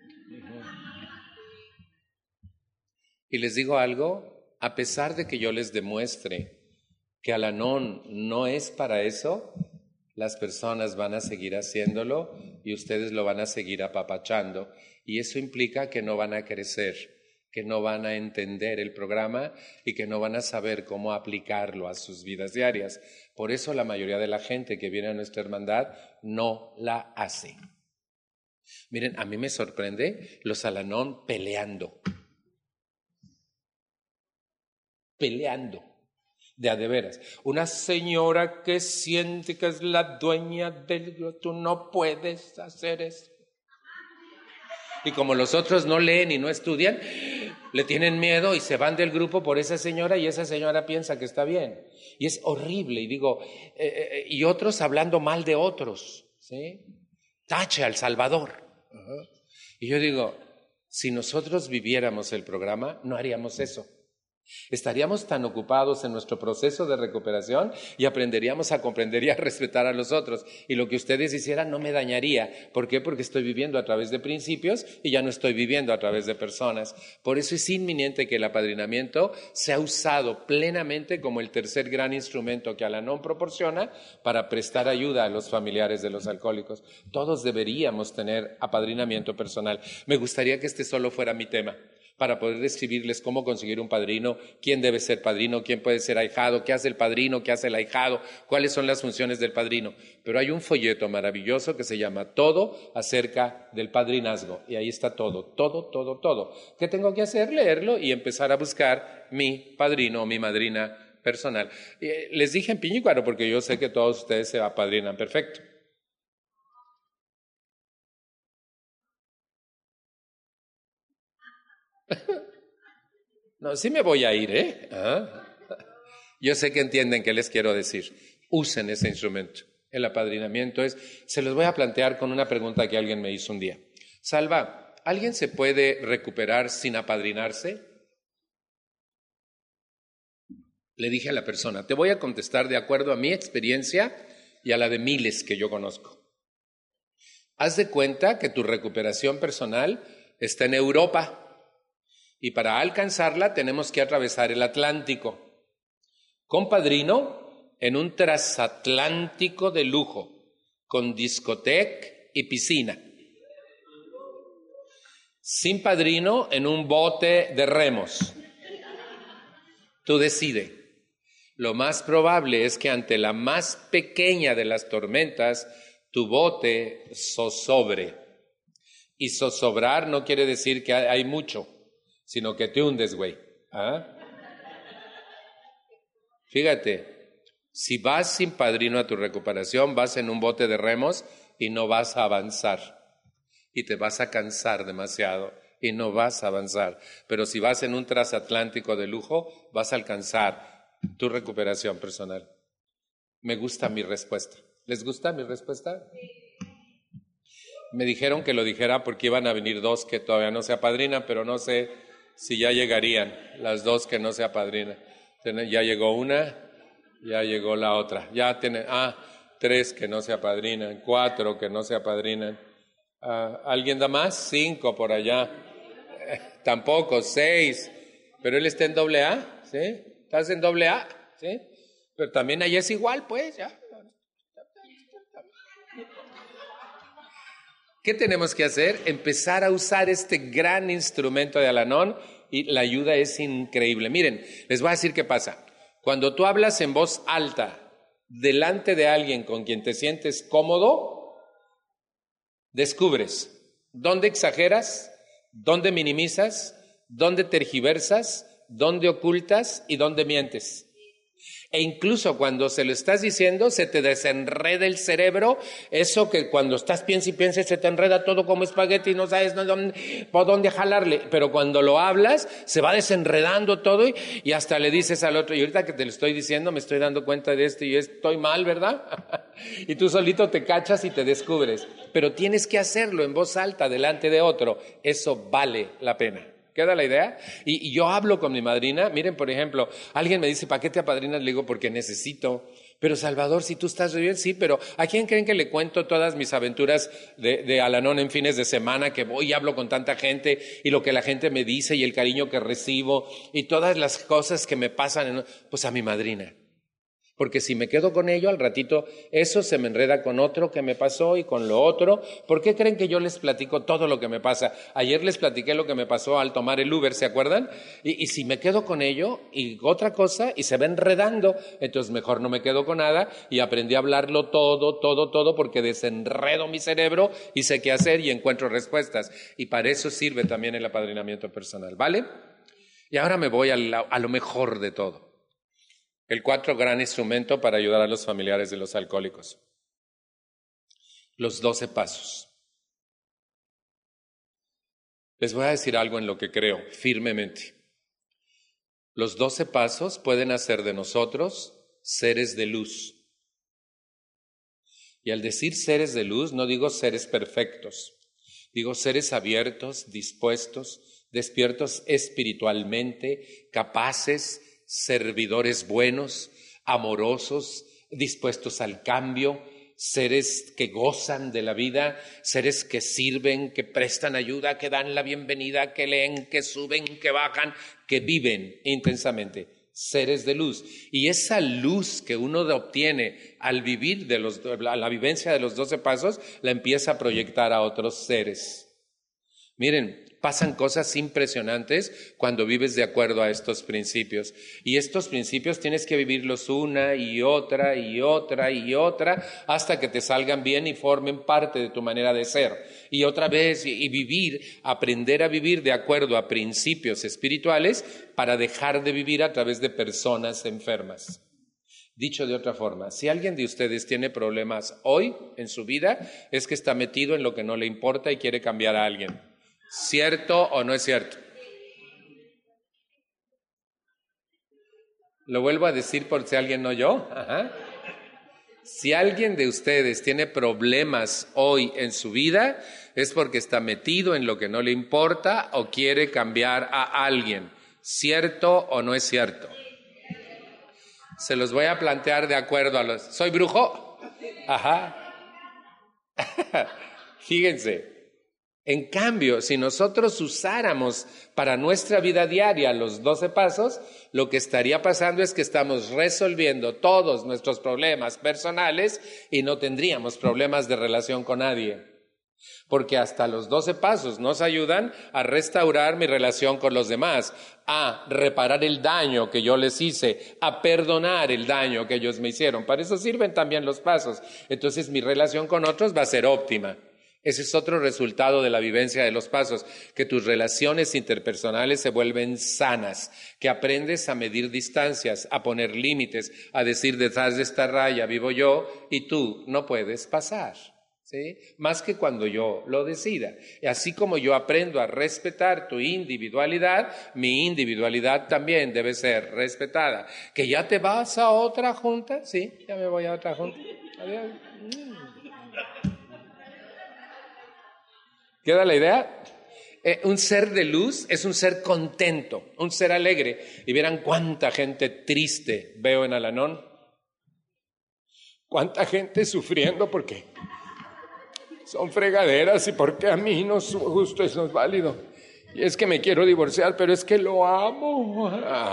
Y les digo algo, a pesar de que yo les demuestre que Al-Anon no es para eso, las personas van a seguir haciéndolo y ustedes lo van a seguir apapachando. Y eso implica que no van a crecer, que no van a entender el programa y que no van a saber cómo aplicarlo a sus vidas diarias. Por eso la mayoría de la gente que viene a nuestra hermandad no la hace. Miren, a mí me sorprende los Al-Anon peleando. De a de veras. Una señora que siente que es la dueña del... Tú no puedes hacer eso. Y como los otros no leen y no estudian, le tienen miedo y se van del grupo por esa señora y esa señora piensa que está bien. Y es horrible. Y digo, y otros hablando mal de otros, ¿sí? Tache al Salvador. Y yo digo, si nosotros viviéramos el programa, no haríamos eso. Estaríamos tan ocupados en nuestro proceso de recuperación y aprenderíamos a comprender y a respetar a los otros. Y lo que ustedes hicieran no me dañaría. ¿Por qué? Porque estoy viviendo a través de principios y ya no estoy viviendo a través de personas. Por eso es inminente que el apadrinamiento sea usado plenamente como el tercer gran instrumento que Al-Anon proporciona para prestar ayuda a los familiares de los alcohólicos. Todos deberíamos tener apadrinamiento personal. Me gustaría que este solo fuera mi tema, para poder describirles cómo conseguir un padrino, quién debe ser padrino, quién puede ser ahijado, qué hace el padrino, qué hace el ahijado, cuáles son las funciones del padrino. Pero hay un folleto maravilloso que se llama Todo acerca del padrinazgo. Y ahí está todo. ¿Qué tengo que hacer? Leerlo y empezar a buscar mi padrino o mi madrina personal. Les dije en Piñícuaro porque yo sé que todos ustedes se apadrinan perfecto. No, sí me voy a ir, ¿eh? Yo sé que entienden qué les quiero decir. Usen ese instrumento. El apadrinamiento se los voy a plantear con una pregunta que alguien me hizo un día. Salva, ¿alguien se puede recuperar sin apadrinarse? Le dije a la persona, te voy a contestar de acuerdo a mi experiencia y a la de miles que yo conozco. Haz de cuenta que tu recuperación personal está en Europa y para alcanzarla tenemos que atravesar el Atlántico. Con padrino, en un transatlántico de lujo, con discoteca y piscina. Sin padrino, en un bote de remos. Tú decides. Lo más probable es que ante la más pequeña de las tormentas, tu bote zozobre. Y zozobrar no quiere decir que hay mucho, sino que te hundes, güey. ¿Ah? Fíjate, si vas sin padrino a tu recuperación, vas en un bote de remos y no vas a avanzar. Y te vas a cansar demasiado y no vas a avanzar. Pero si vas en un transatlántico de lujo, vas a alcanzar tu recuperación personal. Me gusta mi respuesta. ¿Les gusta mi respuesta? Me dijeron que lo dijera porque iban a venir dos que todavía no se apadrinan, pero no sé si ya llegarían las dos que no se apadrinan. Ya llegó una, ya llegó la otra. Ya tienen, 3 que no se apadrinan, 4 que no se apadrinan. ¿Alguien da más? 5 por allá. Tampoco, 6. Pero él está en AA, ¿sí? ¿Estás en AA? ¿Sí? Pero también ahí es igual, pues, ya. ¿Qué tenemos que hacer? Empezar a usar este gran instrumento de Al-Anon y la ayuda es increíble. Miren, les voy a decir qué pasa. Cuando tú hablas en voz alta delante de alguien con quien te sientes cómodo, descubres dónde exageras, dónde minimizas, dónde tergiversas, dónde ocultas y dónde mientes. E incluso cuando se lo estás diciendo, se te desenreda el cerebro, eso que cuando estás piensa y piensa, se te enreda todo como espagueti y no sabes por dónde jalarle. Pero cuando lo hablas, se va desenredando todo y hasta le dices al otro, y ahorita que te lo estoy diciendo, me estoy dando cuenta de esto y estoy mal, ¿verdad? Y tú solito te cachas y te descubres. Pero tienes que hacerlo en voz alta delante de otro. Eso vale la pena. ¿Queda la idea? Y yo hablo con mi madrina. Miren, por ejemplo, alguien me dice, ¿para qué te apadrinas? Le digo, porque necesito. Pero Salvador, si tú estás bien, sí, pero ¿a quién creen que le cuento todas mis aventuras de Al-Anon en fines de semana? Que voy y hablo con tanta gente y lo que la gente me dice y el cariño que recibo y todas las cosas que me pasan, pues a mi madrina. Porque si me quedo con ello, al ratito eso se me enreda con otro que me pasó y con lo otro. ¿Por qué creen que yo les platico todo lo que me pasa? Ayer les platiqué lo que me pasó al tomar el Uber, ¿se acuerdan? Y si me quedo con ello y otra cosa y se va enredando, entonces mejor no me quedo con nada y aprendí a hablarlo todo porque desenredo mi cerebro y sé qué hacer y encuentro respuestas. Y para eso sirve también el apadrinamiento personal, ¿vale? Y ahora me voy a lo mejor de todo. El 4 gran instrumento para ayudar a los familiares de los alcohólicos. Los 12 pasos. Les voy a decir algo en lo que creo firmemente. Los 12 pasos pueden hacer de nosotros seres de luz. Y al decir seres de luz, no digo seres perfectos. Digo seres abiertos, dispuestos, despiertos espiritualmente, capaces, servidores buenos, amorosos, dispuestos al cambio, seres que gozan de la vida, seres que sirven, que prestan ayuda, que dan la bienvenida, que leen, que suben, que bajan, que viven intensamente. Seres de luz. Y esa luz que uno obtiene al vivir la vivencia de los 12 pasos, la empieza a proyectar a otros seres. Miren, pasan cosas impresionantes cuando vives de acuerdo a estos principios. Y estos principios tienes que vivirlos una y otra y otra y otra hasta que te salgan bien y formen parte de tu manera de ser. Y otra vez, y vivir, aprender a vivir de acuerdo a principios espirituales para dejar de vivir a través de personas enfermas. Dicho de otra forma, si alguien de ustedes tiene problemas hoy en su vida, es que está metido en lo que no le importa y quiere cambiar a alguien. ¿Cierto o no es cierto? Lo vuelvo a decir por si alguien no oyó. Ajá. Si alguien de ustedes tiene problemas hoy en su vida, es porque está metido en lo que no le importa o quiere cambiar a alguien. ¿Cierto o no es cierto? Se los voy a plantear de acuerdo a los... ¿Soy brujo? Ajá. Fíjense. En cambio, si nosotros usáramos para nuestra vida diaria los 12 pasos, lo que estaría pasando es que estamos resolviendo todos nuestros problemas personales y no tendríamos problemas de relación con nadie. Porque hasta los 12 pasos nos ayudan a restaurar mi relación con los demás, a reparar el daño que yo les hice, a perdonar el daño que ellos me hicieron. Para eso sirven también los pasos. Entonces mi relación con otros va a ser óptima. Ese es otro resultado de la vivencia de los pasos, que tus relaciones interpersonales se vuelven sanas, que aprendes a medir distancias, a poner límites, a decir detrás de esta raya vivo yo y tú no puedes pasar, ¿sí? Más que cuando yo lo decida. Y así como yo aprendo a respetar tu individualidad, mi individualidad también debe ser respetada. ¿Que ya te vas a otra junta? Sí, ya me voy a otra junta. Adiós. ¿Queda la idea? Un ser de luz es un ser contento, un ser alegre. Y verán cuánta gente triste veo en Al-Anon. Cuánta gente sufriendo porque son fregaderas y porque a mí no es justo, eso no es válido. Y es que me quiero divorciar, pero es que lo amo.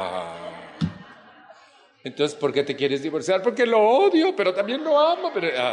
Entonces, ¿por qué te quieres divorciar? Porque lo odio, pero también lo amo.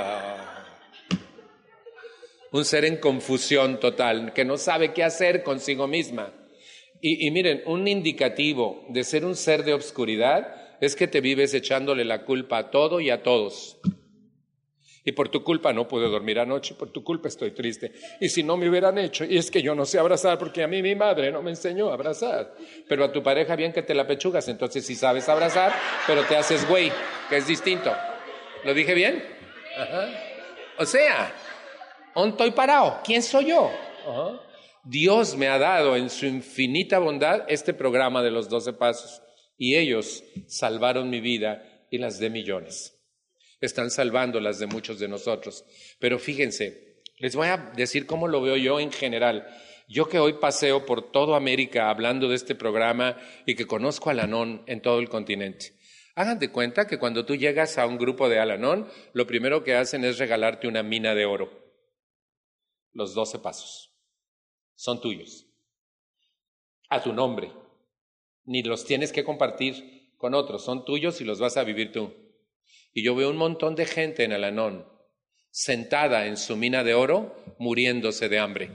Un ser en confusión total, que no sabe qué hacer consigo misma. Y miren, un indicativo de ser un ser de obscuridad es que te vives echándole la culpa a todo y a todos. Y por tu culpa no pude dormir anoche, por tu culpa estoy triste. Y si no me hubieran hecho, y es que yo no sé abrazar porque a mí mi madre no me enseñó a abrazar. Pero a tu pareja bien que te la pechugas, entonces sí sabes abrazar, pero te haces güey, que es distinto. ¿Lo dije bien? Ajá. O sea... ¿dónde estoy parado? ¿Quién soy yo? Uh-huh. Dios me ha dado en su infinita bondad este programa de los 12 pasos y ellos salvaron mi vida y las de millones. Están salvando las de muchos de nosotros. Pero fíjense, les voy a decir cómo lo veo yo en general. Yo que hoy paseo por toda América hablando de este programa y que conozco a Al-Anon en todo el continente. Hagan de cuenta que cuando tú llegas a un grupo de Al-Anon, lo primero que hacen es regalarte una mina de oro. Los 12 pasos son tuyos, a tu nombre, ni los tienes que compartir con otros, son tuyos y los vas a vivir tú. Y yo veo un montón de gente en Al-Anon sentada en su mina de oro muriéndose de hambre.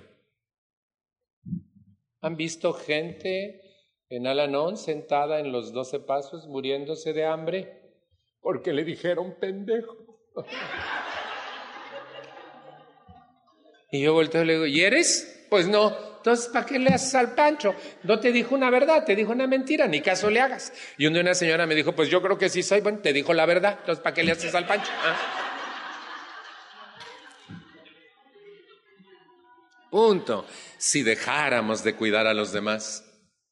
¿Han visto gente en Al-Anon sentada en los 12 pasos muriéndose de hambre? Porque le dijeron pendejo. Y yo volteo y le digo, ¿y eres? Pues no. Entonces, ¿para qué le haces al Pancho? No te dijo una verdad, te dijo una mentira, ni caso le hagas. Y un día una señora me dijo, pues yo creo que sí soy, bueno, te dijo la verdad, entonces, ¿para qué le haces al Pancho? Punto. Si dejáramos de cuidar a los demás.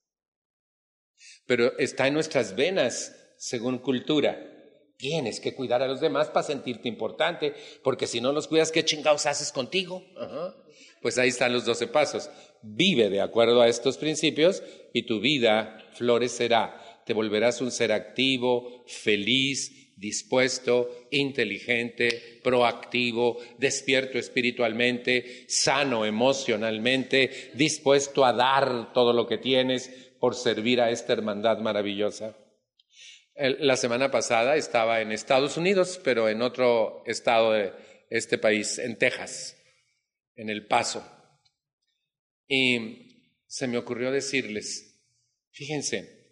Pero está en nuestras venas, según cultura. Tienes que cuidar a los demás para sentirte importante, porque si no los cuidas, ¿qué chingados haces contigo? Ajá. Pues ahí están los 12 pasos. Vive de acuerdo a estos principios y tu vida florecerá. Te volverás un ser activo, feliz, dispuesto, inteligente, proactivo, despierto espiritualmente, sano emocionalmente, dispuesto a dar todo lo que tienes por servir a esta hermandad maravillosa. La semana pasada estaba en Estados Unidos, pero en otro estado de este país, en Texas, en El Paso. Y se me ocurrió decirles, fíjense,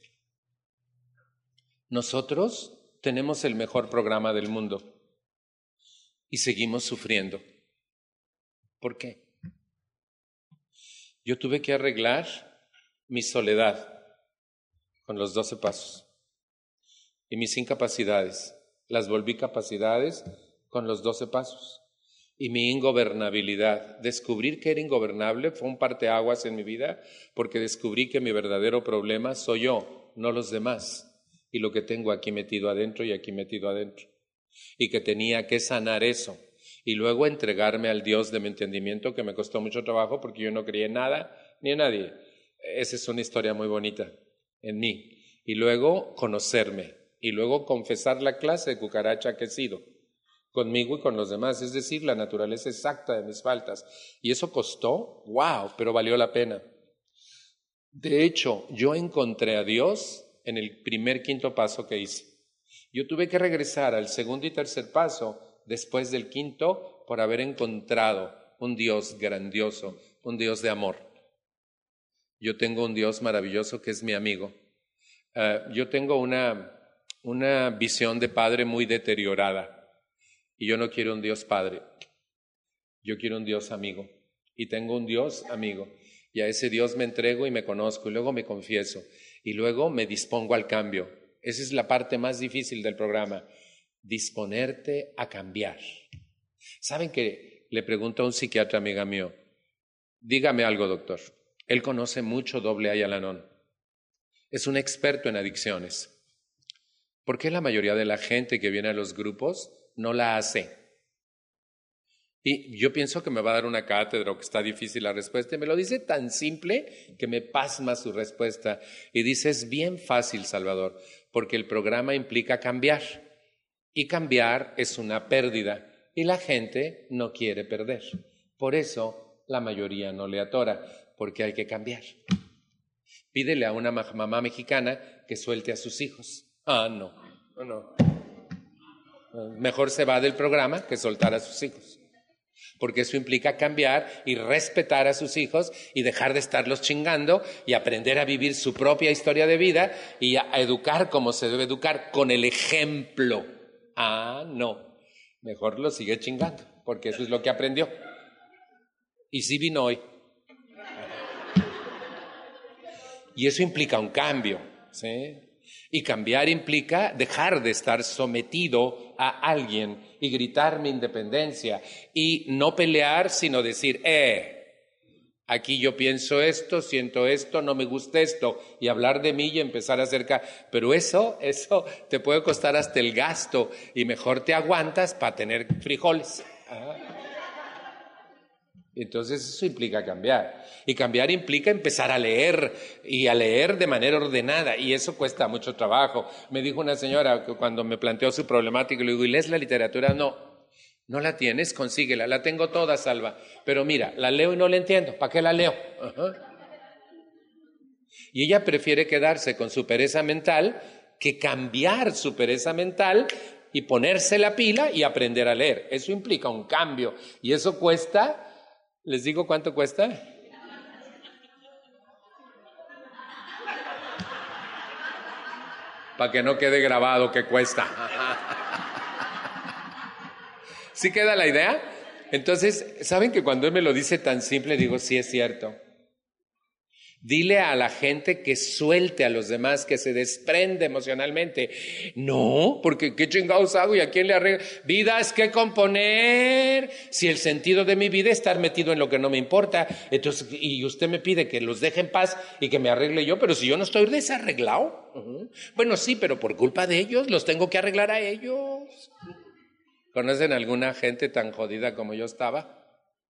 nosotros tenemos el mejor programa del mundo y seguimos sufriendo. ¿Por qué? Yo tuve que arreglar mi soledad con los 12 pasos. Y mis incapacidades, las volví capacidades con los 12 pasos. Y mi ingobernabilidad, descubrir que era ingobernable fue un parteaguas en mi vida, porque descubrí que mi verdadero problema soy yo, no los demás. y lo que tengo aquí metido adentro y aquí metido adentro. Y que tenía que sanar eso. Y luego entregarme al Dios de mi entendimiento, que me costó mucho trabajo porque yo no creía en nada ni en nadie. Esa es una historia muy bonita en mí. Y luego conocerme. Y luego confesar la clase de cucaracha que he sido, conmigo y con los demás. Es decir, la naturaleza exacta de mis faltas. Y eso costó, wow, pero valió la pena. De hecho, yo encontré a Dios en el primer quinto paso que hice. Yo tuve que regresar al segundo y tercer paso después del quinto por haber encontrado un Dios grandioso, un Dios de amor. Yo tengo un Dios maravilloso que es mi amigo. Yo tengo una visión de padre muy deteriorada y yo no quiero un Dios padre. Yo quiero un Dios amigo y tengo un Dios amigo. Y a ese Dios me entrego y me conozco y luego me confieso y luego me dispongo al cambio. Esa es la parte más difícil del programa, disponerte a cambiar. ¿Saben que le pregunto a un psiquiatra amiga mío? Dígame algo, doctor. Él conoce mucho AA y Al-Anon. Es un experto en adicciones. ¿Por qué la mayoría de la gente que viene a los grupos no la hace? Y yo pienso que me va a dar una cátedra o que está difícil la respuesta y me lo dice tan simple que me pasma su respuesta. Y dice, es bien fácil, Salvador, porque el programa implica cambiar y cambiar es una pérdida y la gente no quiere perder. Por eso la mayoría no le atora, porque hay que cambiar. Pídele a una mamá mexicana que suelte a sus hijos. No. Mejor se va del programa que soltar a sus hijos. Porque eso implica cambiar y respetar a sus hijos y dejar de estarlos chingando y aprender a vivir su propia historia de vida y a educar como se debe educar, con el ejemplo. No, mejor lo sigue chingando, porque eso es lo que aprendió. Y sí vino hoy. Y eso implica un cambio, ¿sí? Y cambiar implica dejar de estar sometido a alguien y gritar mi independencia y no pelear, sino decir, aquí yo pienso esto, siento esto, no me gusta esto, y hablar de mí y empezar a acercar. Pero eso te puede costar hasta el gasto y mejor te aguantas para tener frijoles. Entonces eso implica cambiar. Y cambiar implica empezar a leer y a leer de manera ordenada. Y eso cuesta mucho trabajo. Me dijo una señora que cuando me planteó su problemática, le digo, ¿y lees la literatura? No la tienes, consíguela. La tengo toda, Salva. Pero mira, la leo y no la entiendo. ¿Para qué la leo? Y ella prefiere quedarse con su pereza mental que cambiar su pereza mental y ponerse la pila y aprender a leer. Eso implica un cambio. Y eso cuesta... ¿Les digo cuánto cuesta? Para que no quede grabado que cuesta. ¿Sí queda la idea? Entonces, ¿saben que cuando él me lo dice tan simple, digo, sí es cierto? Dile a la gente que suelte a los demás, que se desprende emocionalmente. No, porque ¿qué chingados hago y a quién le arreglo? Vidas que componer. Si el sentido de mi vida es estar metido en lo que no me importa, entonces, y usted me pide que los deje en paz y que me arregle yo, pero si yo no estoy desarreglado. Bueno, sí, pero por culpa de ellos, los tengo que arreglar a ellos. ¿Conocen alguna gente tan jodida como yo estaba?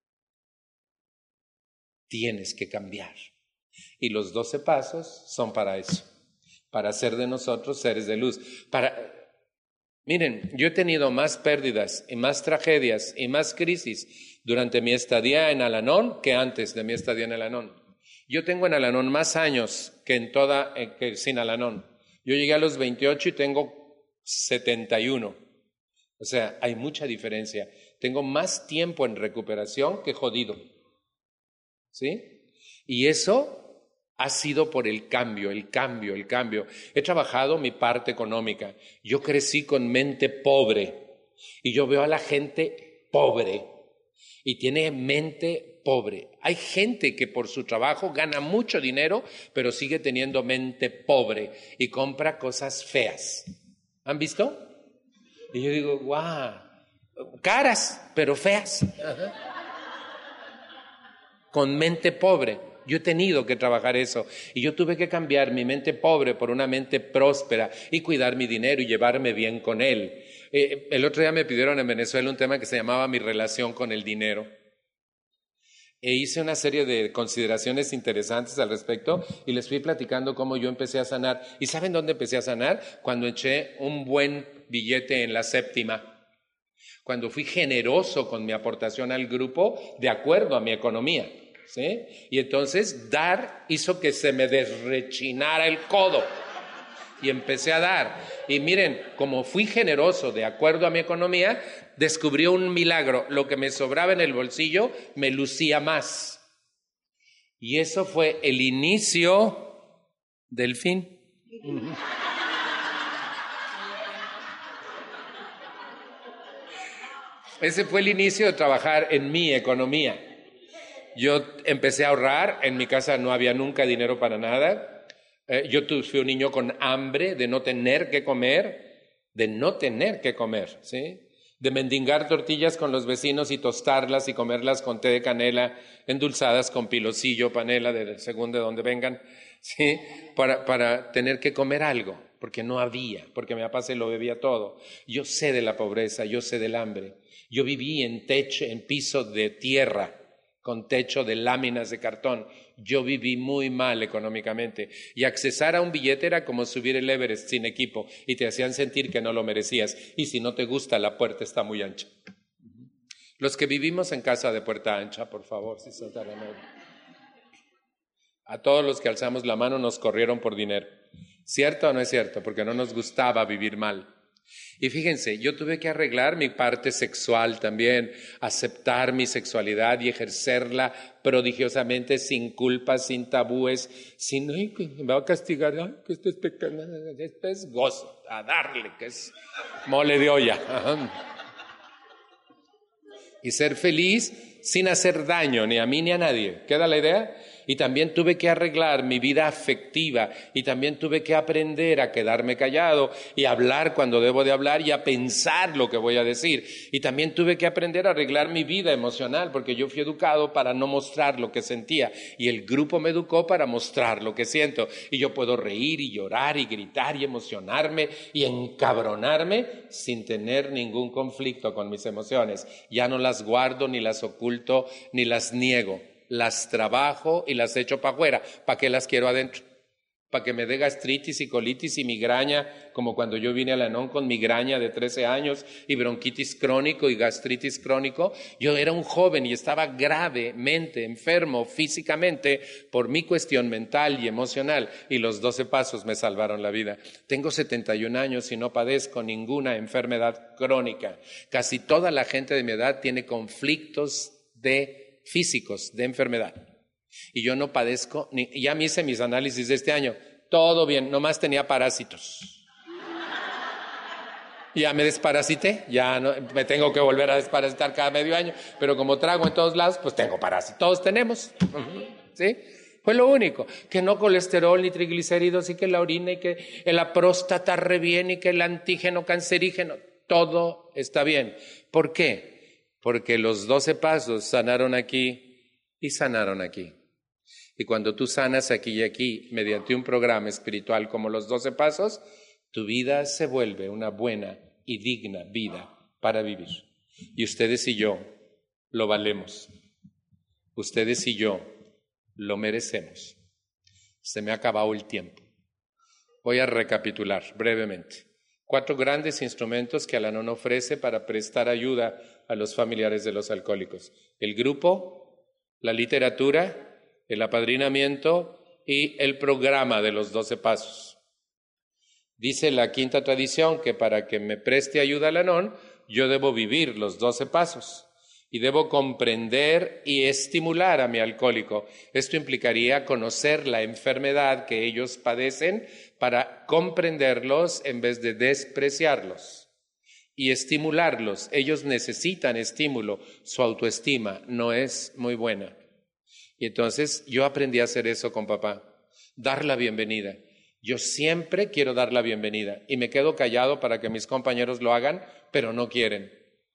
Tienes que cambiar. Y los 12 pasos son para eso, para hacer de nosotros seres de luz. Miren, yo he tenido más pérdidas y más tragedias y más crisis durante mi estadía en Al-Anon que antes de mi estadía en Al-Anon. Yo tengo en Al-Anon más años que sin Al-Anon. Yo llegué a los 28 y tengo 71. O sea, hay mucha diferencia. Tengo más tiempo en recuperación que jodido. ¿Sí? Y eso ha sido por el cambio. He trabajado mi parte económica. Yo crecí con mente pobre y yo veo a la gente pobre y tiene mente pobre. Hay gente que por su trabajo gana mucho dinero, pero sigue teniendo mente pobre y compra cosas feas. ¿Han visto? Y yo digo, guau, caras, pero feas. Con mente pobre. Yo he tenido que trabajar eso y yo tuve que cambiar mi mente pobre por una mente próspera y cuidar mi dinero y llevarme bien con él. El otro día me pidieron en Venezuela un tema que se llamaba mi relación con el dinero. E hice una serie de consideraciones interesantes al respecto y les fui platicando cómo yo empecé a sanar. ¿Y saben dónde empecé a sanar? Cuando eché un buen billete en la séptima. Cuando fui generoso con mi aportación al grupo de acuerdo a mi economía, ¿sí? Y entonces dar hizo que se me desrechinara el codo. Y empecé a dar. Y miren, como fui generoso de acuerdo a mi economía, descubrí un milagro. Lo que me sobraba en el bolsillo me lucía más. Y eso fue el inicio del fin. Ese fue el inicio de trabajar en mi economía. Yo empecé a ahorrar. En mi casa no había nunca dinero para nada. Yo fui un niño con hambre de no tener que comer, ¿sí? De mendigar tortillas con los vecinos y tostarlas y comerlas con té de canela, endulzadas con piloncillo, panela, según de donde vengan, ¿sí? Para tener que comer algo, porque no había, porque mi papá se lo bebía todo. Yo sé de la pobreza, yo sé del hambre. Yo viví en piso de tierra, con techo de láminas de cartón. Yo viví muy mal económicamente y accesar a un billete era como subir el Everest sin equipo y te hacían sentir que no lo merecías y si no te gusta la puerta está muy ancha. Los que vivimos en casa de puerta ancha, por favor, si son tan amables. A todos los que alzamos la mano nos corrieron por dinero. ¿Cierto o no es cierto? Porque no nos gustaba vivir mal. Y fíjense, yo tuve que arreglar mi parte sexual también, aceptar mi sexualidad y ejercerla prodigiosamente, sin culpas, sin tabúes, sin, ay, que me va a castigar, ay, que esto es pecado, esto es gozo, a darle, que es mole de olla. Y ser feliz sin hacer daño ni a mí ni a nadie. ¿Queda la idea? Y también tuve que arreglar mi vida afectiva y también tuve que aprender a quedarme callado y a hablar cuando debo de hablar y a pensar lo que voy a decir. Y también tuve que aprender a arreglar mi vida emocional porque yo fui educado para no mostrar lo que sentía y el grupo me educó para mostrar lo que siento. Y yo puedo reír y llorar y gritar y emocionarme y encabronarme sin tener ningún conflicto con mis emociones. Ya no las guardo ni las oculto ni las niego. Las trabajo y las echo para afuera. ¿Para qué las quiero adentro? Para que me dé gastritis y colitis y migraña, como cuando yo vine a Lanón con migraña de 13 años y bronquitis crónico y gastritis crónico. Yo era un joven y estaba gravemente enfermo físicamente por mi cuestión mental y emocional y los 12 pasos me salvaron la vida. Tengo 71 años y no padezco ninguna enfermedad crónica. Casi toda la gente de mi edad tiene conflictos físicos de enfermedad y yo no padezco ya me hice mis análisis de este año, todo bien, nomás tenía parásitos. Ya me desparasité, ya no, me tengo que volver a desparasitar cada medio año, pero como trago en todos lados, pues tengo parásitos, todos tenemos, ¿sí? Fue lo único, que no colesterol ni triglicéridos y que la orina y que la próstata re bien y que el antígeno cancerígeno, todo está bien. ¿Por qué? Porque los 12 pasos sanaron aquí y sanaron aquí. Y cuando tú sanas aquí y aquí mediante un programa espiritual como los 12 pasos, tu vida se vuelve una buena y digna vida para vivir. Y ustedes y yo lo valemos. Ustedes y yo lo merecemos. Se me ha acabado el tiempo. Voy a recapitular brevemente. 4 grandes instrumentos que Al-Anon ofrece para prestar ayuda a los familiares de los alcohólicos. El grupo, la literatura, el apadrinamiento y el programa de los 12 pasos. Dice la quinta tradición que para que me preste ayuda Al-Anon, yo debo vivir los 12 pasos y debo comprender y estimular a mi alcohólico. Esto implicaría conocer la enfermedad que ellos padecen para comprenderlos en vez de despreciarlos y estimularlos. Ellos necesitan estímulo, su autoestima no es muy buena. Y entonces yo aprendí a hacer eso con papá, dar la bienvenida. Yo siempre quiero dar la bienvenida y me quedo callado para que mis compañeros lo hagan, pero no quieren.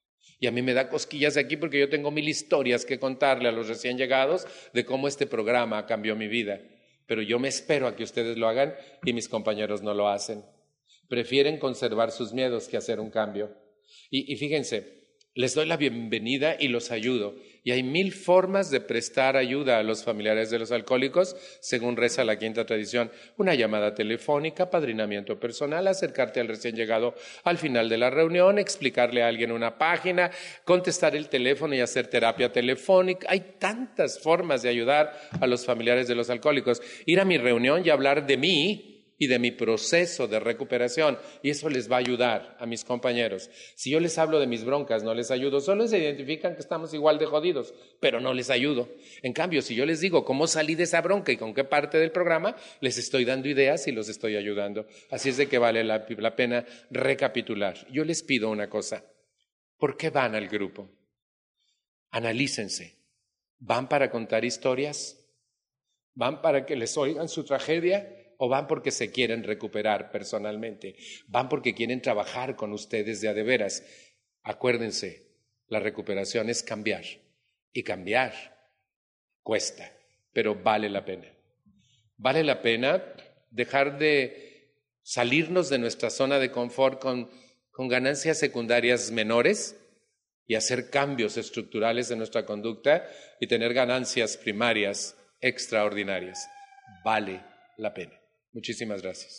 Y a mí me da cosquillas aquí porque yo tengo 1000 historias que contarle a los recién llegados de cómo este programa cambió mi vida. Pero yo me espero a que ustedes lo hagan y mis compañeros no lo hacen. Prefieren conservar sus miedos que hacer un cambio. Y fíjense, les doy la bienvenida y los ayudo. Y hay 1000 formas de prestar ayuda a los familiares de los alcohólicos, según reza la quinta tradición. Una llamada telefónica, padrinamiento personal, acercarte al recién llegado al final de la reunión, explicarle a alguien una página, contestar el teléfono y hacer terapia telefónica. Hay tantas formas de ayudar a los familiares de los alcohólicos. Ir a mi reunión y hablar de mí y de mi proceso de recuperación, y eso les va a ayudar a mis compañeros. Si yo les hablo de mis broncas, no les ayudo, solo se identifican que estamos igual de jodidos, pero no les ayudo. En cambio, si yo les digo cómo salí de esa bronca y con qué parte del programa, les estoy dando ideas y los estoy ayudando. Así es de que vale la pena recapitular. Yo les pido una cosa: ¿por qué van al grupo? Analícense. ¿Van para contar historias? ¿Van para que les oigan su tragedia? ¿O van porque se quieren recuperar personalmente? ¿Van porque quieren trabajar con ustedes de a de veras? Acuérdense, la recuperación es cambiar. Y cambiar cuesta, pero vale la pena. Vale la pena dejar de salirnos de nuestra zona de confort con ganancias secundarias menores y hacer cambios estructurales en nuestra conducta y tener ganancias primarias extraordinarias. Vale la pena. Muchísimas gracias.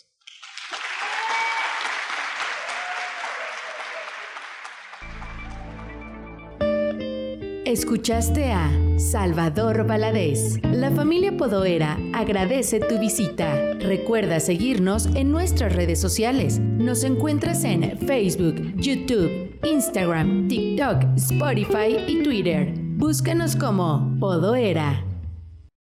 Escuchaste a Salvador Valadez. La familia Podoera agradece tu visita. Recuerda seguirnos en nuestras redes sociales. Nos encuentras en Facebook, YouTube, Instagram, TikTok, Spotify y Twitter. Búscanos como Podoera.